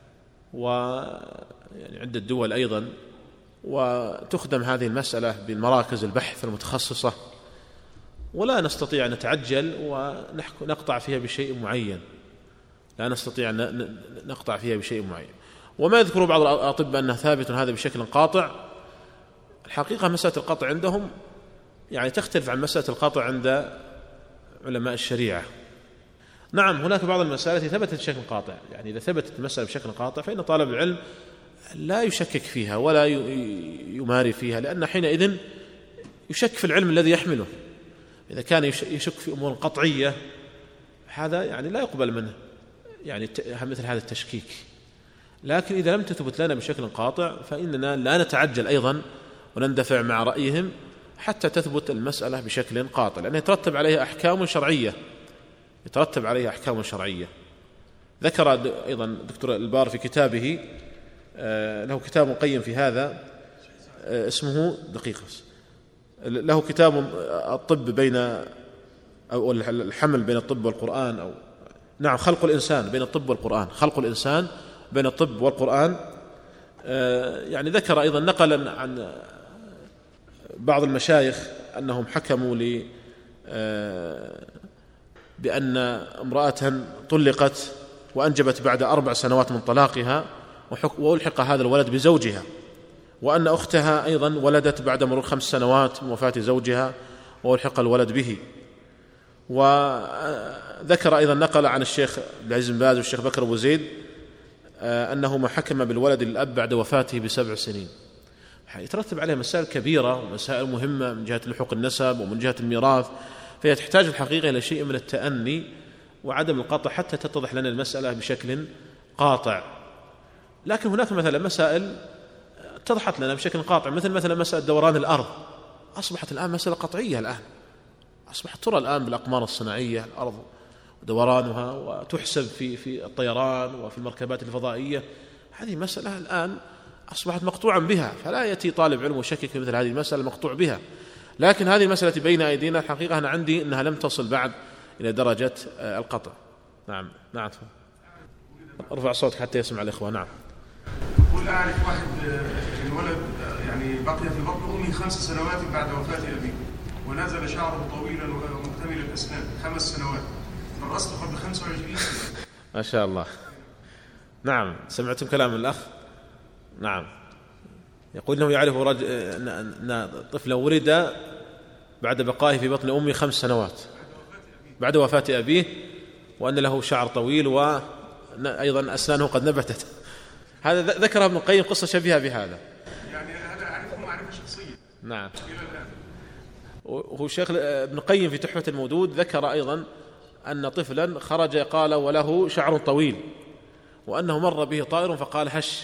ويعني عدة دول أيضا، وتخدم هذه المسألة بالمراكز البحث المتخصصة، ولا نستطيع أن نتعجل ونقطع فيها بشيء معين، لا نستطيع أن نقطع فيها بشيء معين. وما يذكر بعض الأطباء أنه ثابت هذا بشكل قاطع، الحقيقة مسألة القطع عندهم يعني تختلف عن مسألة القطع عند علماء الشريعة. نعم هناك بعض المسائل التي ثبتت بشكل قاطع، يعني إذا ثبتت المسألة بشكل قاطع فإن طالب العلم لا يشكك فيها ولا يماري فيها، لأن حينئذ يشك في العلم الذي يحمله. إذا كان يشك في أمور قطعية هذا يعني لا يقبل منه يعني مثل هذا التشكيك. لكن إذا لم تثبت لنا بشكل قاطع فإننا لا نتعجل أيضا ونندفع مع رأيهم حتى تثبت المسألة بشكل قاطع، لأنه يترتب عليها أحكام شرعية يترتب عليها أحكام شرعية. ذكر أيضا الدكتور البار في كتابه له كتاب قيم في هذا اسمه دقيقة له كتاب الطب بين أو الحمل بين الطب والقرآن، أو نعم خلق الإنسان بين الطب والقرآن خلق الإنسان بين الطب والقرآن. يعني ذكر أيضا نقلا عن بعض المشايخ أنهم حكموا لي بأن امرأة طلقت وأنجبت بعد أربع سنوات من طلاقها وألحق هذا الولد بزوجها، وأن أختها أيضا ولدت بعد مرور خمس سنوات من وفاة زوجها وألحق الولد به. وذكر أيضا نقل عن الشيخ عبد العزيز بن باز والشيخ بكر أبو زيد أنهما حكم بالولد للأب بعد وفاته بسبع سنين. يترتب عليها مسائل كبيرة ومسائل مهمة من جهة لحوق النسب ومن جهة الميراث، فهي تحتاج الحقيقة إلى شيء من التأني وعدم القطع حتى تتضح لنا المسألة بشكل قاطع. لكن هناك مثلا مسائل اتضحت لنا بشكل قاطع، مثل مثلا مسألة دوران الأرض أصبحت الآن مسألة قطعية، الآن أصبحت ترى الآن بالأقمار الصناعية الأرض ودورانها وتحسب في في الطيران وفي المركبات الفضائية. هذه مسألة الآن أصبحت مقطوعا بها، فلا يأتي طالب علم وشكك في مثل هذه المسألة مقطوع بها. لكن هذه المسألة بين أيدينا الحقيقة أنا عندي أنها لم تصل بعد إلى درجة القطع. نعم نعم ارفع صوتك حتى يسمع الإخوة. نعم. قل أعرف واحد الولد يعني بقي في بطن أمه خمس سنوات بعد وفاة أبيه، ونزل شعره طويلا ومكتمل الأسنان خمس سنوات، فالرأس قبل خمسة وعشرين سنة. ما شاء الله. نعم سمعتم كلام الأخ. نعم يقول إنه يعرف رجل أن طفلا ولد بعد بقائه في بطن أمه خمس سنوات بعد وفاة أبيه، وأن له شعر طويل وأيضا أسنانه قد نبتت. هذا ذكر ابن القيم قصة شبيهة بهذا. يعني هذا أعرفه معرفة شخصية. نعم. وهو الشيخ ابن القيم في تحفة المودود ذكر أيضا أن طفلا خرج قال وله شعر طويل، وأنه مر به طائر فقال هش.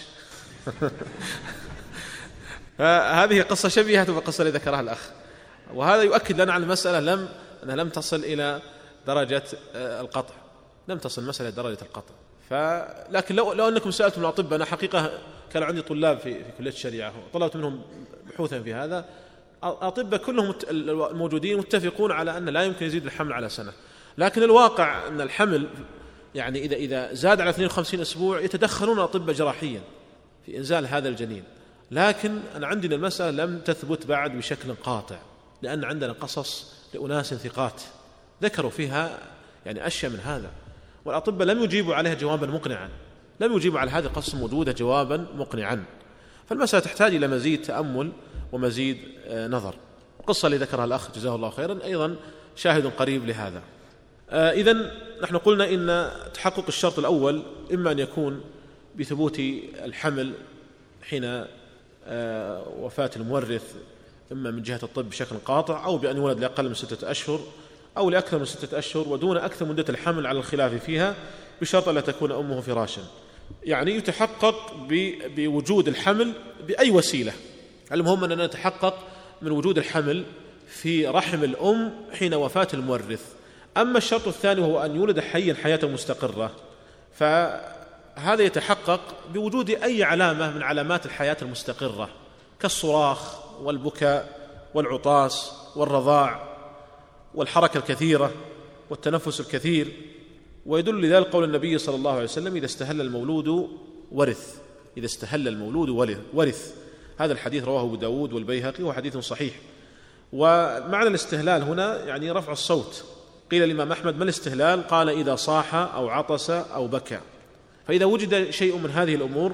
هذه قصة شبيهة بالقصة التي ذكرها الأخ، وهذا يؤكد لنا على المسألة لم أنها لم تصل إلى درجة القطع، لم تصل المسألة إلى درجة القطع. فلكن لو لو أنكم سألتم الأطباء، أنا حقيقة كان عندي طلاب في في كلية الشريعة وطلبت منهم بحوثا في هذا، الأطباء كلهم الموجودين متفقون على أن لا يمكن يزيد الحمل على سنة، لكن الواقع أن الحمل يعني إذا إذا زاد على اثنين وخمسين أسبوع يتدخلون الأطباء جراحيا في إنزال هذا الجنين. لكن أنا عندنا المسألة لم تثبت بعد بشكل قاطع، لأن عندنا قصص لأناس ثقات ذكروا فيها يعني أشياء من هذا، والأطباء لم يجيبوا عليها جوابا مقنعا، لم يجيبوا على هذه القصة الموجودة جوابا مقنعا. فالمسألة تحتاج إلى مزيد تأمل ومزيد نظر. القصة اللي ذكرها الأخ جزاه الله خيرا أيضا شاهد قريب لهذا. إذن نحن قلنا إن تحقق الشرط الأول إما أن يكون بثبوت الحمل حين وفاة المورث، إما من جهة الطب بشكل قاطع، أو بأن يولد لأقل من ستة أشهر أو لأكثر من ستة أشهر ودون أكثر مدة الحمل على الخلاف فيها، بشرط ألا تكون أمه فراشا. يعني يتحقق بوجود الحمل بأي وسيلة، المهم أننا نتحقق من وجود الحمل في رحم الأم حين وفاة المورث. أما الشرط الثاني وهو أن يولد حيا حياة مستقرة، فهذا يتحقق بوجود أي علامة من علامات الحياة المستقرة كالصراخ والبكاء والعطاس والرضاع والحركة الكثيرة والتنفس الكثير. ويدل لذلك قول النبي صلى الله عليه وسلم إذا استهل المولود ورث، إذا استهل المولود ورث. هذا الحديث رواه أبو داود والبيهقي وحديث صحيح. ومعنى الاستهلال هنا يعني رفع الصوت. قيل الإمام أحمد ما الاستهلال؟ قال إذا صاح أو عطس أو بكى. فإذا وجد شيء من هذه الأمور،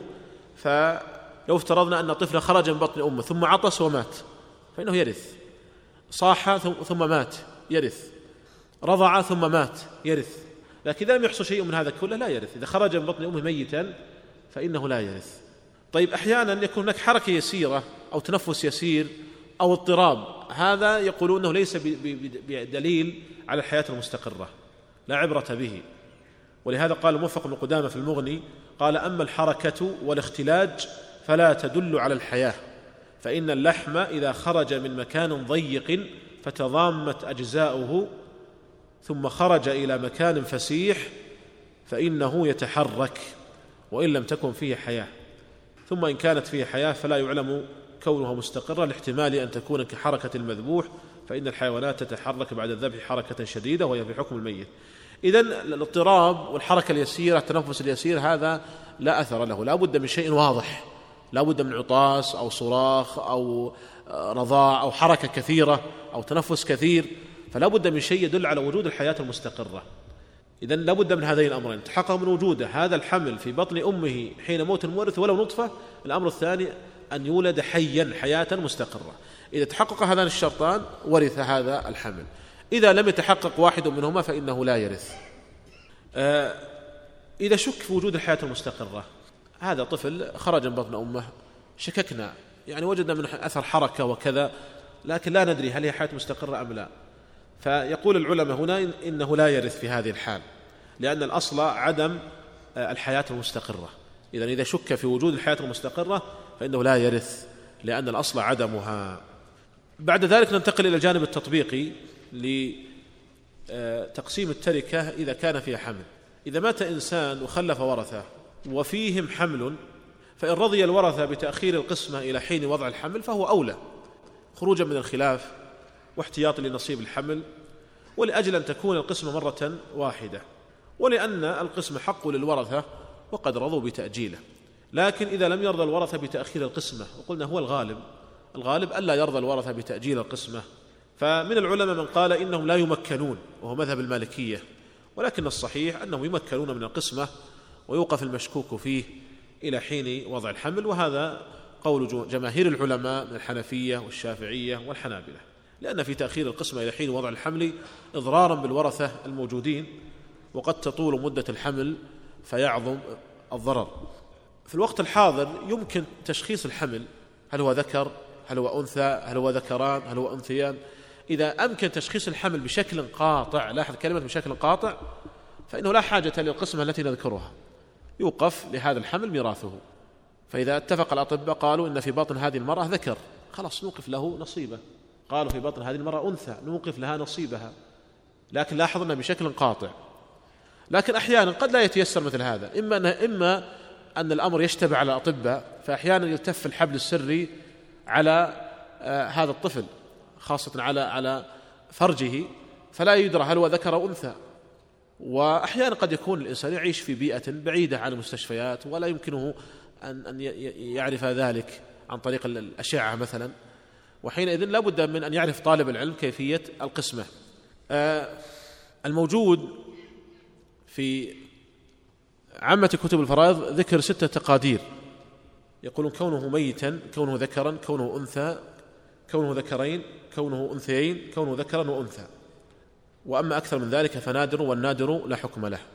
فلو افترضنا أن طفل خرج من بطن أمه ثم عطس ومات فإنه يرث، صاح ثم مات يرث، رضع ثم مات يرث. لكن إذا لم يحصل شيء من هذا كله لا يرث. إذا خرج من بطن أمه ميتا فإنه لا يرث. طيب أحيانا يكون هناك حركة يسيرة أو تنفس يسير أو اضطراب، هذا يقولون أنه ليس بدليل على الحياة المستقرة، لا عبرة به. ولهذا قال موفق بن قدامة في المغني قال أما الحركة والاختلاج فلا تدل على الحياة، فإن اللحم إذا خرج من مكان ضيق فتضامت أجزاؤه ثم خرج إلى مكان فسيح فإنه يتحرك وإن لم تكن فيه حياة، ثم إن كانت فيه حياة فلا يعلم كونها مستقرة لاحتمال أن تكون كحركة المذبوح، فإن الحيوانات تتحرك بعد الذبح حركة شديدة وهي في حكم الميت. إذن الاضطراب والحركة اليسيرة التنفس اليسير هذا لا أثر له، لا بد من شيء واضح، لا بد من عطاس أو صراخ أو رضاع أو حركة كثيرة أو تنفس كثير، فلا بد من شيء يدل على وجود الحياة المستقرة. إذن لا بد من هذين الأمرين، تحقق من وجوده هذا الحمل في بطن أمه حين موت المورث ولو نطفة. الأمر الثاني أن يولد حيا حياة مستقرة. إذا تحقق هذان الشرطان ورث هذا الحمل. إذا لم يتحقق واحد منهما فإنه لا يرث. آه إذا شك في وجود الحياة المستقرة، هذا طفل خرج من بطن أمه شككنا، يعني وجدنا من أثر حركة وكذا، لكن لا ندري هل هي حياة مستقرة أم لا، فيقول العلماء هنا إنه لا يرث في هذه الحال، لأن الأصل عدم الحياة المستقرة. إذن إذا شك في وجود الحياة المستقرة فإنه لا يرث، لأن الأصل عدمها. بعد ذلك ننتقل إلى الجانب التطبيقي لتقسيم التركة إذا كان فيها حمل. إذا مات إنسان وخلف ورثة وفيهم حمل، فإن رضي الورثة بتأخير القسمة إلى حين وضع الحمل فهو أولى، خروجا من الخلاف واحتياطا لنصيب الحمل، ولأجل أن تكون القسمة مرة واحدة، ولأن القسمة حق للورثة وقد رضوا بتأجيله. لكن إذا لم يرضى الورثة بتأخير القسمة، وقلنا هو الغالب الغالب ألا يرضى الورثة بتأجيل القسمة، فمن العلماء من قال إنهم لا يمكنون، وهو مذهب المالكية، ولكن الصحيح أنهم يمكنون من القسمة ويوقف المشكوك فيه إلى حين وضع الحمل. وهذا قول جماهير العلماء من الحنفية والشافعية والحنابلة، لأن في تأخير القسمة إلى حين وضع الحمل إضرارا بالورثة الموجودين، وقد تطول مدة الحمل فيعظم الضرر. في الوقت الحاضر يمكن تشخيص الحمل، هل هو ذكر، هل هو أنثى، هل هو ذكران، هل هو أنثيان. إذا أمكن تشخيص الحمل بشكل قاطع، لاحظ كلمة بشكل قاطع، فإنه لا حاجة للقسمة التي نذكرها، يوقف لهذا الحمل ميراثه. فإذا اتفق الأطباء قالوا إن في بطن هذه المرأة ذكر، خلاص نوقف له نصيبه. قالوا في بطن هذه المرأة أنثى، نوقف لها نصيبها، لكن لاحظ أنه بشكل قاطع. لكن أحيانا قد لا يتيسر مثل هذا، إما أن, إما أن الأمر يشتبه على الأطباء، فأحيانا يلتف الحبل السري على آه هذا الطفل، خاصة على على فرجه، فلا يدرى هل هو ذكر أو أنثى. وأحيانا قد يكون الإنسان يعيش في بيئة بعيدة عن المستشفيات، ولا يمكنه أن أن يعرف ذلك عن طريق الأشعة مثلا، وحينئذ لا بد من أن يعرف طالب العلم كيفية القسمة. آه الموجود في عامة كتب الفرائض ذكر ستة تقادير، يقولون كونه ميتا، كونه ذكرا، كونه أنثى، كونه ذكرين، كونه أنثيين، كونه ذكرا وأنثى. وأما أكثر من ذلك فنادر، والنادر لا حكم له.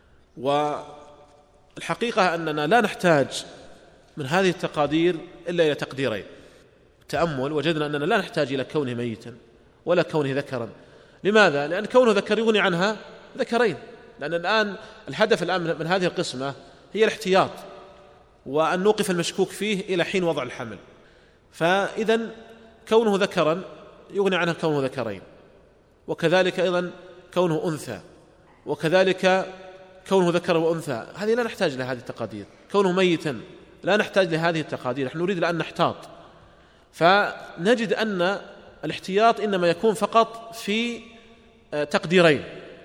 والحقيقة أننا لا نحتاج من هذه التقادير إلا إلى تقديرين. تأمل وجدنا أننا لا نحتاج إلى كونه ميتا ولا كونه ذكرا. لماذا؟ لأن كونه ذكر يغني عنها ذكرين، لأن الآن الهدف الآن من هذه القسمة هي الاحتياط، وأن نوقف المشكوك فيه إلى حين وضع الحمل. فإذا كونه ذكرا يغني عنها كونه ذكرين، وكذلك أيضا كونه أنثى، وكذلك كونه ذكر وأنثى، هذه لا نحتاج لهذه التقادير. كونه ميتا لا نحتاج لهذه التقادير، نحن نريد أن نحتاط. فنجد أن الاحتياط إنما يكون فقط في تقديرين،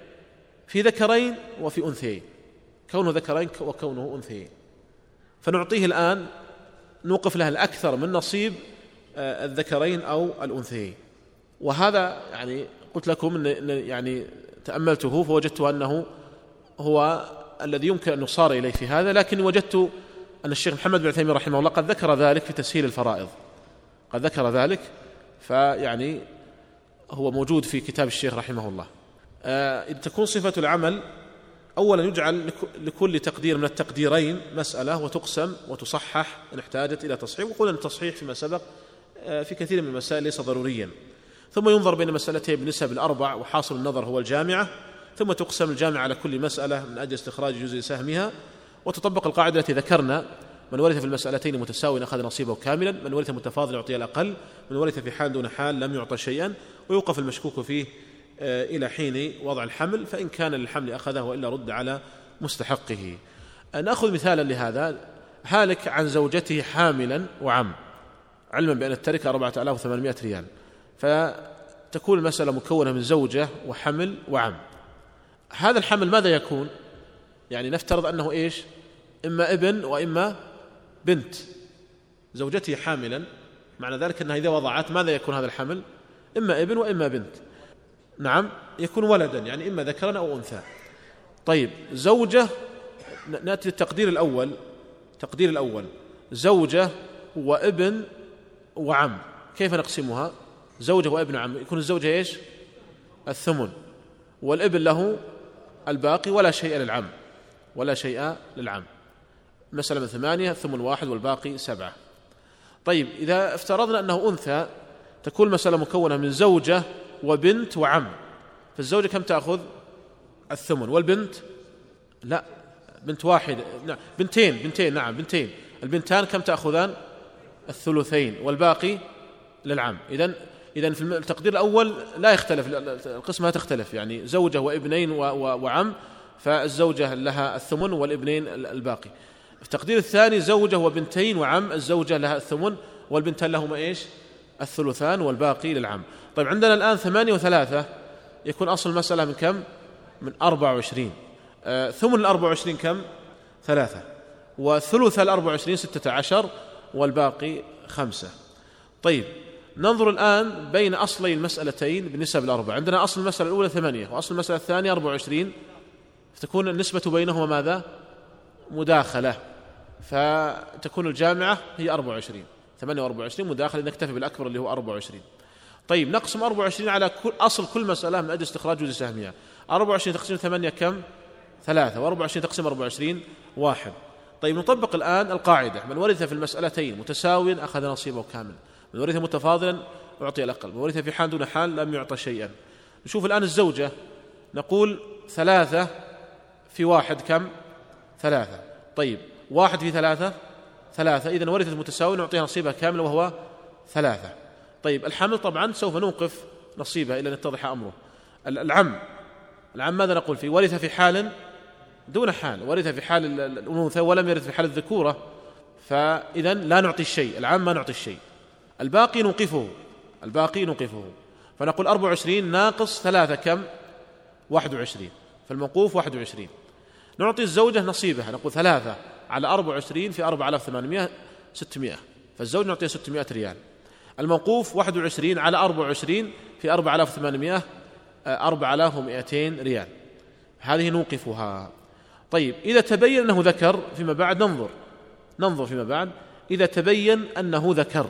في ذكرين وفي أنثيين، كونه ذكرين وكونه أنثيين. فنعطيه الآن، نوقف له الأكثر من نصيب الذكرين أو الأنثيين. وهذا يعني قلت لكم إن يعني تأملته فوجدت أنه هو الذي يمكن أن نصار إليه في هذا، لكن وجدت أن الشيخ محمد بن عثيمين رحمه الله قد ذكر ذلك في تسهيل الفرائض، قد ذكر ذلك، فيعني هو موجود في كتاب الشيخ رحمه الله. آه إذ تكون صفة العمل أولا يجعل لكل تقدير من التقديرين مسألة وتقسم وتصحح إن احتاجت إلى تصحيح. وقلنا التصحيح فيما سبق آه في كثير من المسائل ليس ضروريا. ثم ينظر بين مسألتين بالنسب الأربع، وحاصل النظر هو الجامعة، ثم تقسم الجامعة على كل مسألة من أجل استخراج جزء سهمها. وتطبق القاعدة التي ذكرنا: من ورث في المسألتين متساويا أخذ نصيبه كاملا، من ورث متفاضل يعطي الأقل، من ورث في حال دون حال لم يعطى شيئا. ويوقف المشكوك فيه إلى حين وضع الحمل، فإن كان للحمل أخذه وإلا رد على مستحقه. نأخذ مثالا لهذا: هالك عن زوجته حاملا وعم، علما بأن التركة أربعة آلاف وثمانمائة ريال، فتكون المسألة مكونة من زوجة وحمل وعم. هذا الحمل ماذا يكون؟ يعني نفترض أنه إيش؟ إما ابن وإما بنت. زوجته حاملا، معنى ذلك أنها إذا وضعت ماذا يكون هذا الحمل؟ إما ابن وإما بنت. نعم، يكون ولدا، يعني إما ذكرا أو أنثى. طيب، زوجة، نأتي للتقدير الأول. تقدير الأول: زوجة وابن وعم، كيف نقسمها؟ زوجة وابن وعم، يكون الزوجة إيش؟ الثمن، والابن له الباقي، ولا شيء للعم، ولا شيء للعم. مسألة من ثمانية، الثمن واحد والباقي سبعة. طيب، إذا افترضنا أنه أنثى تكون المسألة مكونة من زوجة وبنت وعم. فالزوجة كم تأخذ؟ الثمن، والبنت لا، بنت واحد، نعم بنتين، بنتين نعم بنتين. البنتان كم تأخذان؟ الثلثين، والباقي للعم. إذن إذن في التقدير الأول لا يختلف، القسمة تختلف، يعني زوجة وابنين وعم، فالزوجة لها الثمن والابنين الباقي. في التقدير الثاني زوجة وبنتين وعم، الزوجة لها الثمن والبنتان لهما إيش؟ الثلثان والباقي للعم. طيب، عندنا الآن ثمانية وثلاثة، يكون أصل المسألة من كم؟ من أربعة وعشرين. آه ثمن الأربعة وعشرين كم؟ ثلاثة. وثلث الأربعة وعشرين ستة عشر، والباقي خمسة. طيب، ننظر الآن بين أصلي المسألتين بالنسب الأربعة. عندنا أصل المسألة الأولى ثمانية، وأصل المسألة الثانية أربعة وعشرين، فتكون النسبة بينهما ماذا؟ مداخلة. فتكون الجامعة هي أربعة وعشرين، ثمانية وأربعة وعشرين مداخل، نكتفي بالأكبر اللي هو أربعة وعشرين. طيب نقسم أربعة وعشرين على كل أصل كل مسألة من أجل استخراج جزء سهمها. أربعة وعشرين تقسيم ثمانية كم؟ ثلاثة، وأربعة وعشرين تقسيم أربعة وعشرين واحد. طيب نطبق الآن القاعدة: من ورث في المسألتين متساويا أخذ نصيبه كامل، من ورث متفاضلا أعطي الأقل، من ورث في حال دون حال لم يعطى شيئا. نشوف الآن الزوجة، نقول ثلاثة في واحد كم؟ ثلاثة. طيب واحد في ثلاثة ثلاثة، إذن ورثت متساويا نعطيها نصيبها كاملا وهو ثلاثة. طيب الحمل طبعا سوف نوقف نصيبها إلى أن يتضح أمره. العم العم ماذا نقول فيه؟ ورث في حال دون حال، ورث في حال الأنوثة ولم يرث في حال الذكورة، فإذن لا نعطي الشيء، العم ما نعطي الشيء. الباقي نوقفه، الباقي نوقفه، فنقول أربعة وعشرين ناقص ثلاثة كم؟ واحد وعشرين، فالموقوف واحد وعشرين. نعطي الزوجة نصيبها، نقول ثلاثة على أربعة وعشرين في أربعة آلاف وثمانمائة ستمائة، فالزوج نعطيه ستمائة ريال. الموقوف واحد وعشرين على أربعة وعشرين في أربعة آلاف وثمانمائة أربعة آلاف ومئتين ريال، هذه نوقفها. طيب إذا تبين أنه ذكر فيما بعد ننظر ننظر فيما بعد إذا تبين أنه ذكر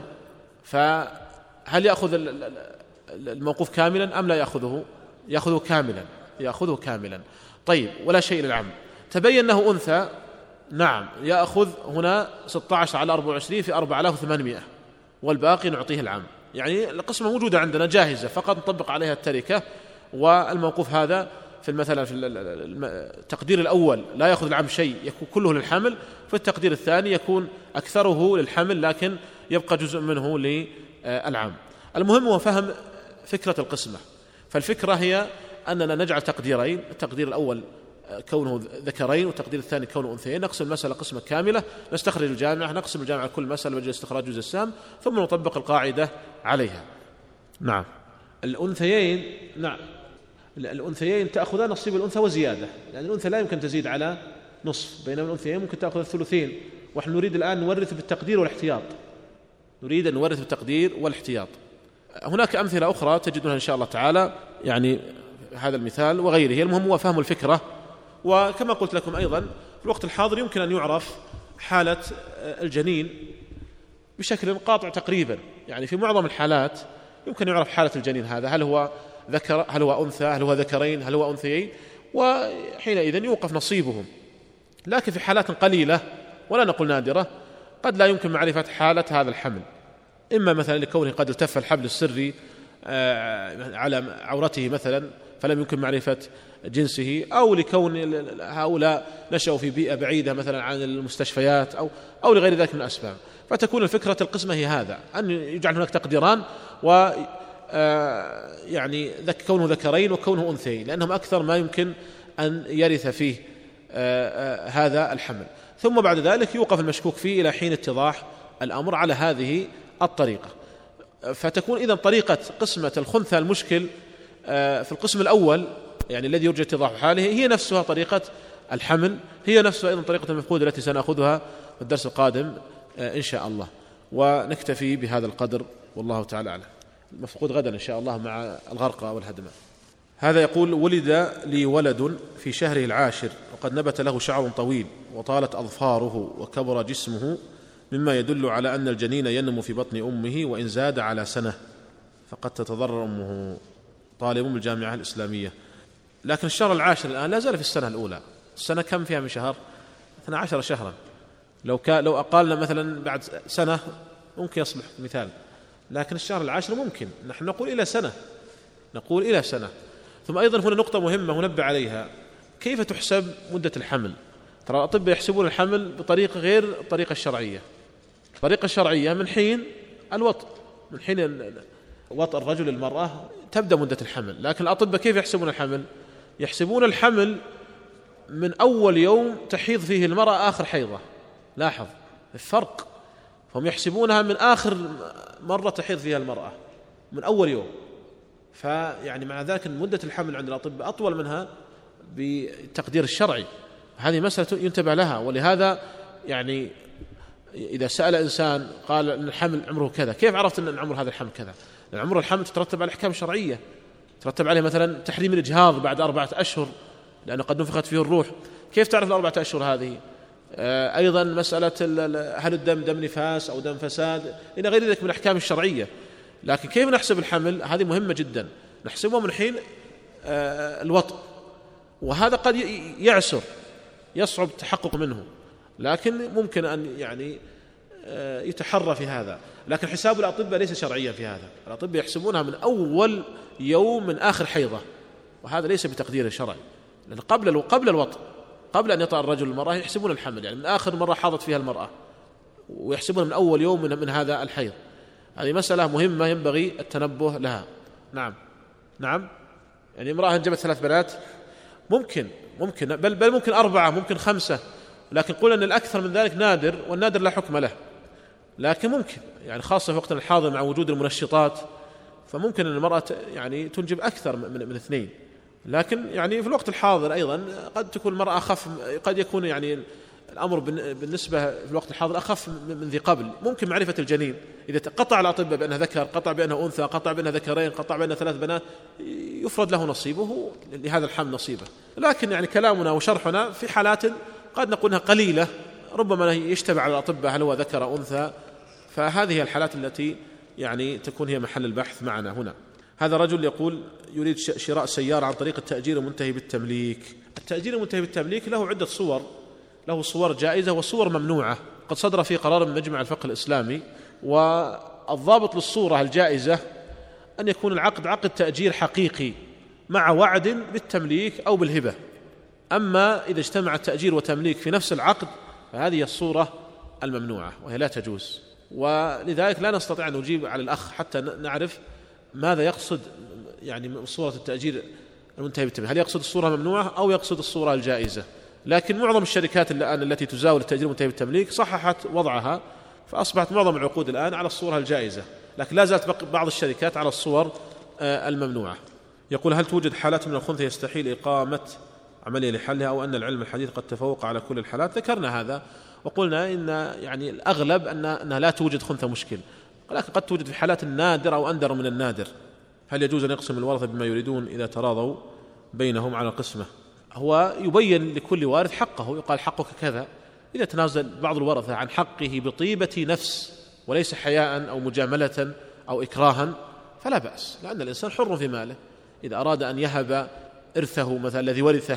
فهل يأخذ الموقوف كاملا أم لا يأخذه؟ يأخذه كاملا، يأخذه كاملا. طيب ولا شيء للعم. تبين أنه أنثى، نعم يأخذ هنا ستة عشر على أربعة وعشرين في أربعة آلاف وثمانمائة، والباقي نعطيه العم. يعني القسمة موجودة عندنا جاهزة، فقط نطبق عليها التركة. والموقوف هذا في المثل في التقدير الأول لا يأخذ العم شيء، يكون كله للحمل. في التقدير الثاني يكون أكثره للحمل لكن يبقى جزء منه للعم. المهم هو فهم فكرة القسمة. فالفكرة هي أننا نجعل تقديرين: التقدير الأول كونه ذكرين، والتقدير الثاني كونه أنثيين. نقسم المسألة قسمة كاملة، نستخرج الجامعة، نقسم الجامعة كل مسألة وجه استخراج جزء السهم، ثم نطبق القاعدة عليها. نعم الأنثيين، نعم الأنثيين تأخذان نصيب الأنثى وزيادة، لأن الأنثى لا يمكن تزيد على نصف، بينما الأنثيين ممكن تأخذ الثلثين. ونحن نريد الآن نورث بالتقدير والاحتياط، نريد أن نورث بالتقدير والاحتياط. هناك أمثلة أخرى تجدونها إن شاء الله تعالى، يعني هذا المثال وغيره. المهم هو فهم الفكرة. وكما قلت لكم أيضا في الوقت الحاضر يمكن أن يعرف حالة الجنين بشكل قاطع تقريبا، يعني في معظم الحالات يمكن يعرف حالة الجنين هذا، هل هو ذكر، هل هو أنثى، هل هو ذكرين، هل هو أنثيين، وحينئذ يوقف نصيبهم. لكن في حالات قليلة ولا نقول نادرة قد لا يمكن معرفة حالة هذا الحمل، إما مثلا لكونه قد التف الحبل السري على عورته مثلا فلم يمكن معرفة جنسه، أو لكون هؤلاء نشأوا في بيئة بعيدة مثلا عن المستشفيات، أو أو لغير ذلك من الأسباب. فتكون الفكرة القسمة هي هذا، أن يجعل هناك تقديران، و يعني كونه ذكرين وكونه أنثيين، لأنهم أكثر ما يمكن أن يرث فيه هذا الحمل. ثم بعد ذلك يوقف المشكوك فيه إلى حين اتضاح الأمر على هذه الطريقة. فتكون إذن طريقة قسمة الخنثى المشكل في القسم الأول، يعني الذي يرجى اتضاح حاله، هي نفسها طريقة الحمل، هي نفسها أيضا طريقة المفقود التي سنأخذها في الدرس القادم إن شاء الله. ونكتفي بهذا القدر والله تعالى أعلم. المفقود غدا إن شاء الله مع الغرقى والهدمة. هذا يقول: ولد لي ولد في شهره العاشر، وقد نبت له شعر طويل وطالت أظفاره وكبر جسمه، مما يدل على أن الجنين ينمو في بطن أمه، وإن زاد على سنة فقد تتضرر أمه. طالب بالجامعة الإسلامية. لكن الشهر العاشر الآن لا زال في السنة الأولى. السنة كم فيها من شهر؟ اثنا عشر شهرا. لو كان لو أقالنا مثلا بعد سنة ممكن يصبح مثال، لكن الشهر العاشر ممكن. نحن نقول إلى سنة، نقول إلى سنة. ثم أيضا هنا نقطة مهمة ننبه عليها: كيف تحسب مدة الحمل؟ ترى الأطباء يحسبون الحمل بطريقة غير الطريقة الشرعية. الطريقة الشرعية من حين الوطء، من حين وطء الرجل المرأة تبدأ مدة الحمل. لكن الأطباء كيف يحسبون الحمل؟ يحسبون الحمل من أول يوم تحيض فيه المرأة آخر حيضة. لاحظ الفرق، هم يحسبونها من آخر مرة تحيض فيها المرأة من أول يوم. فيعني مع ذلك مدة الحمل عند الأطباء أطول منها بالتقدير الشرعي. هذه مسألة ينتبه لها. ولهذا يعني إذا سأل إنسان قال أن الحمل عمره كذا، كيف عرفت أن عمر هذا الحمل كذا؟ لأن عمر الحمل تترتب على أحكام شرعية، ترتب عليه مثلا تحريم الإجهاض بعد أربعة أشهر لأنه قد نفخت فيه الروح. كيف تعرف الأربعة أشهر هذه؟ أيضا مسألة هل الدم دم نفاس أو دم فساد إلى غير ذلك من الأحكام الشرعية. لكن كيف نحسب الحمل؟ هذه مهمة جدا، نحسبه من حين الوطء، وهذا قد يعسر يصعب التحقق منه، لكن ممكن أن يعني يتحرى في هذا. لكن حساب الأطباء ليس شرعيا في هذا، الأطباء يحسبونها من أول يوم من آخر حيضة، وهذا ليس بتقدير شرعي، لأن قبل قبل الوطء، قبل أن يطأ الرجل المرأة يحسبون الحمل، يعني من آخر مرة حاضت فيها المرأة، ويحسبون من أول يوم من, من هذا الحيض. هذه مسألة مهمة ينبغي التنبه لها. نعم نعم يعني امرأة انجبت ثلاث بنات، ممكن ممكن بل بل ممكن أربعة، ممكن خمسة، لكن قلنا أن الأكثر من ذلك نادر، والنادر لا حكم له، لكن ممكن يعني خاصة في وقتنا الحاضر مع وجود المنشطات، فممكن أن المرأة يعني تنجب أكثر من, من اثنين. لكن يعني في الوقت الحاضر أيضا قد تكون المرأة أخف، قد يكون يعني الأمر بالنسبة في الوقت الحاضر أخف من ذي قبل. ممكن معرفة الجنين، إذا قطع الأطباء بأنها ذكر، قطع بأنها أنثى، قطع بأنها ذكرين، قطع بأنها ثلاث بنات، يفرد له نصيبه، لهذا الحمل نصيبه. لكن يعني كلامنا وشرحنا في حالات قد نقولها قليلة، ربما يشتبه على الأطباء هل هو ذكر أو أنثى، فهذه الحالات التي يعني تكون هي محل البحث معنا هنا. هذا رجل يقول يريد شراء سيارة عن طريق التأجير المنتهي بالتمليك. التأجير المنتهي بالتمليك له عدة صور، له صور جائزة وصور ممنوعة، قد صدر فيه قرار من مجمع الفقه الإسلامي. والضابط للصورة الجائزة أن يكون العقد عقد تأجير حقيقي مع وعد بالتمليك أو بالهبة. أما إذا اجتمع التأجير وتمليك في نفس العقد فهذه الصورة الممنوعة وهي لا تجوز. ولذلك لا نستطيع أن نجيب على الأخ حتى نعرف ماذا يقصد يعني صورة التأجير المنتهي بالتمليك، هل يقصد الصورة الممنوعة أو يقصد الصورة الجائزة. لكن معظم الشركات الآن التي تزاول التأجير المنتهي بالتمليك صححت وضعها، فأصبحت معظم العقود الآن على الصورة الجائزة، لكن لا زالت بعض الشركات على الصور الممنوعة. يقول هل توجد حالات من الخنثى يستحيل إقامة عملية لحلها، أو أن العلم الحديث قد تفوق على كل الحالات؟ ذكرنا هذا وقلنا إن يعني الأغلب أنها لا توجد خنثى مشكل، ولكن قد توجد في حالات النادر أو أندر من النادر. هل يجوز أن يقسم الورثة بما يريدون إذا تراضوا بينهم على القسمة؟ هو يبين لكل وارث حقه، يقال حقك كذا. إذا تنازل بعض الورثة عن حقه بطيبة نفس وليس حياء أو مجاملة أو إكراها فلا بأس، لأن الإنسان حر في ماله. إذا أراد أن يهب إرثه مثلا الذي ورثه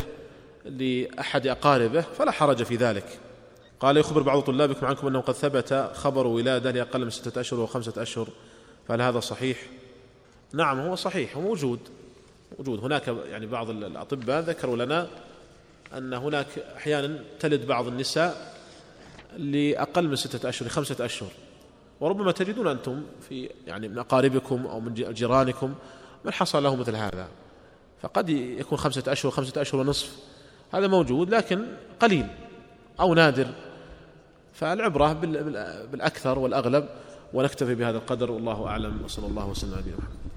لأحد أقاربه فلا حرج في ذلك. قال يخبر بعض طلابكم عنكم أنه قد ثبت خبر ولادة لأقل من ستة أشهر وخمسة أشهر، فهل هذا صحيح؟ نعم هو صحيح، هو موجود موجود هناك يعني بعض الأطباء ذكروا لنا أن هناك أحيانا تلد بعض النساء لأقل من ستة أشهر لخمسة أشهر، وربما تجدون أنتم في يعني من أقاربكم أو من جيرانكم من حصل له مثل هذا، فقد يكون خمسة أشهر خمسة أشهر ونصف، هذا موجود لكن قليل أو نادر. فالعبرة بالأكثر والأغلب، ونكتفي بهذا القدر والله أعلم، وصلى الله وسلم على نبينا محمد.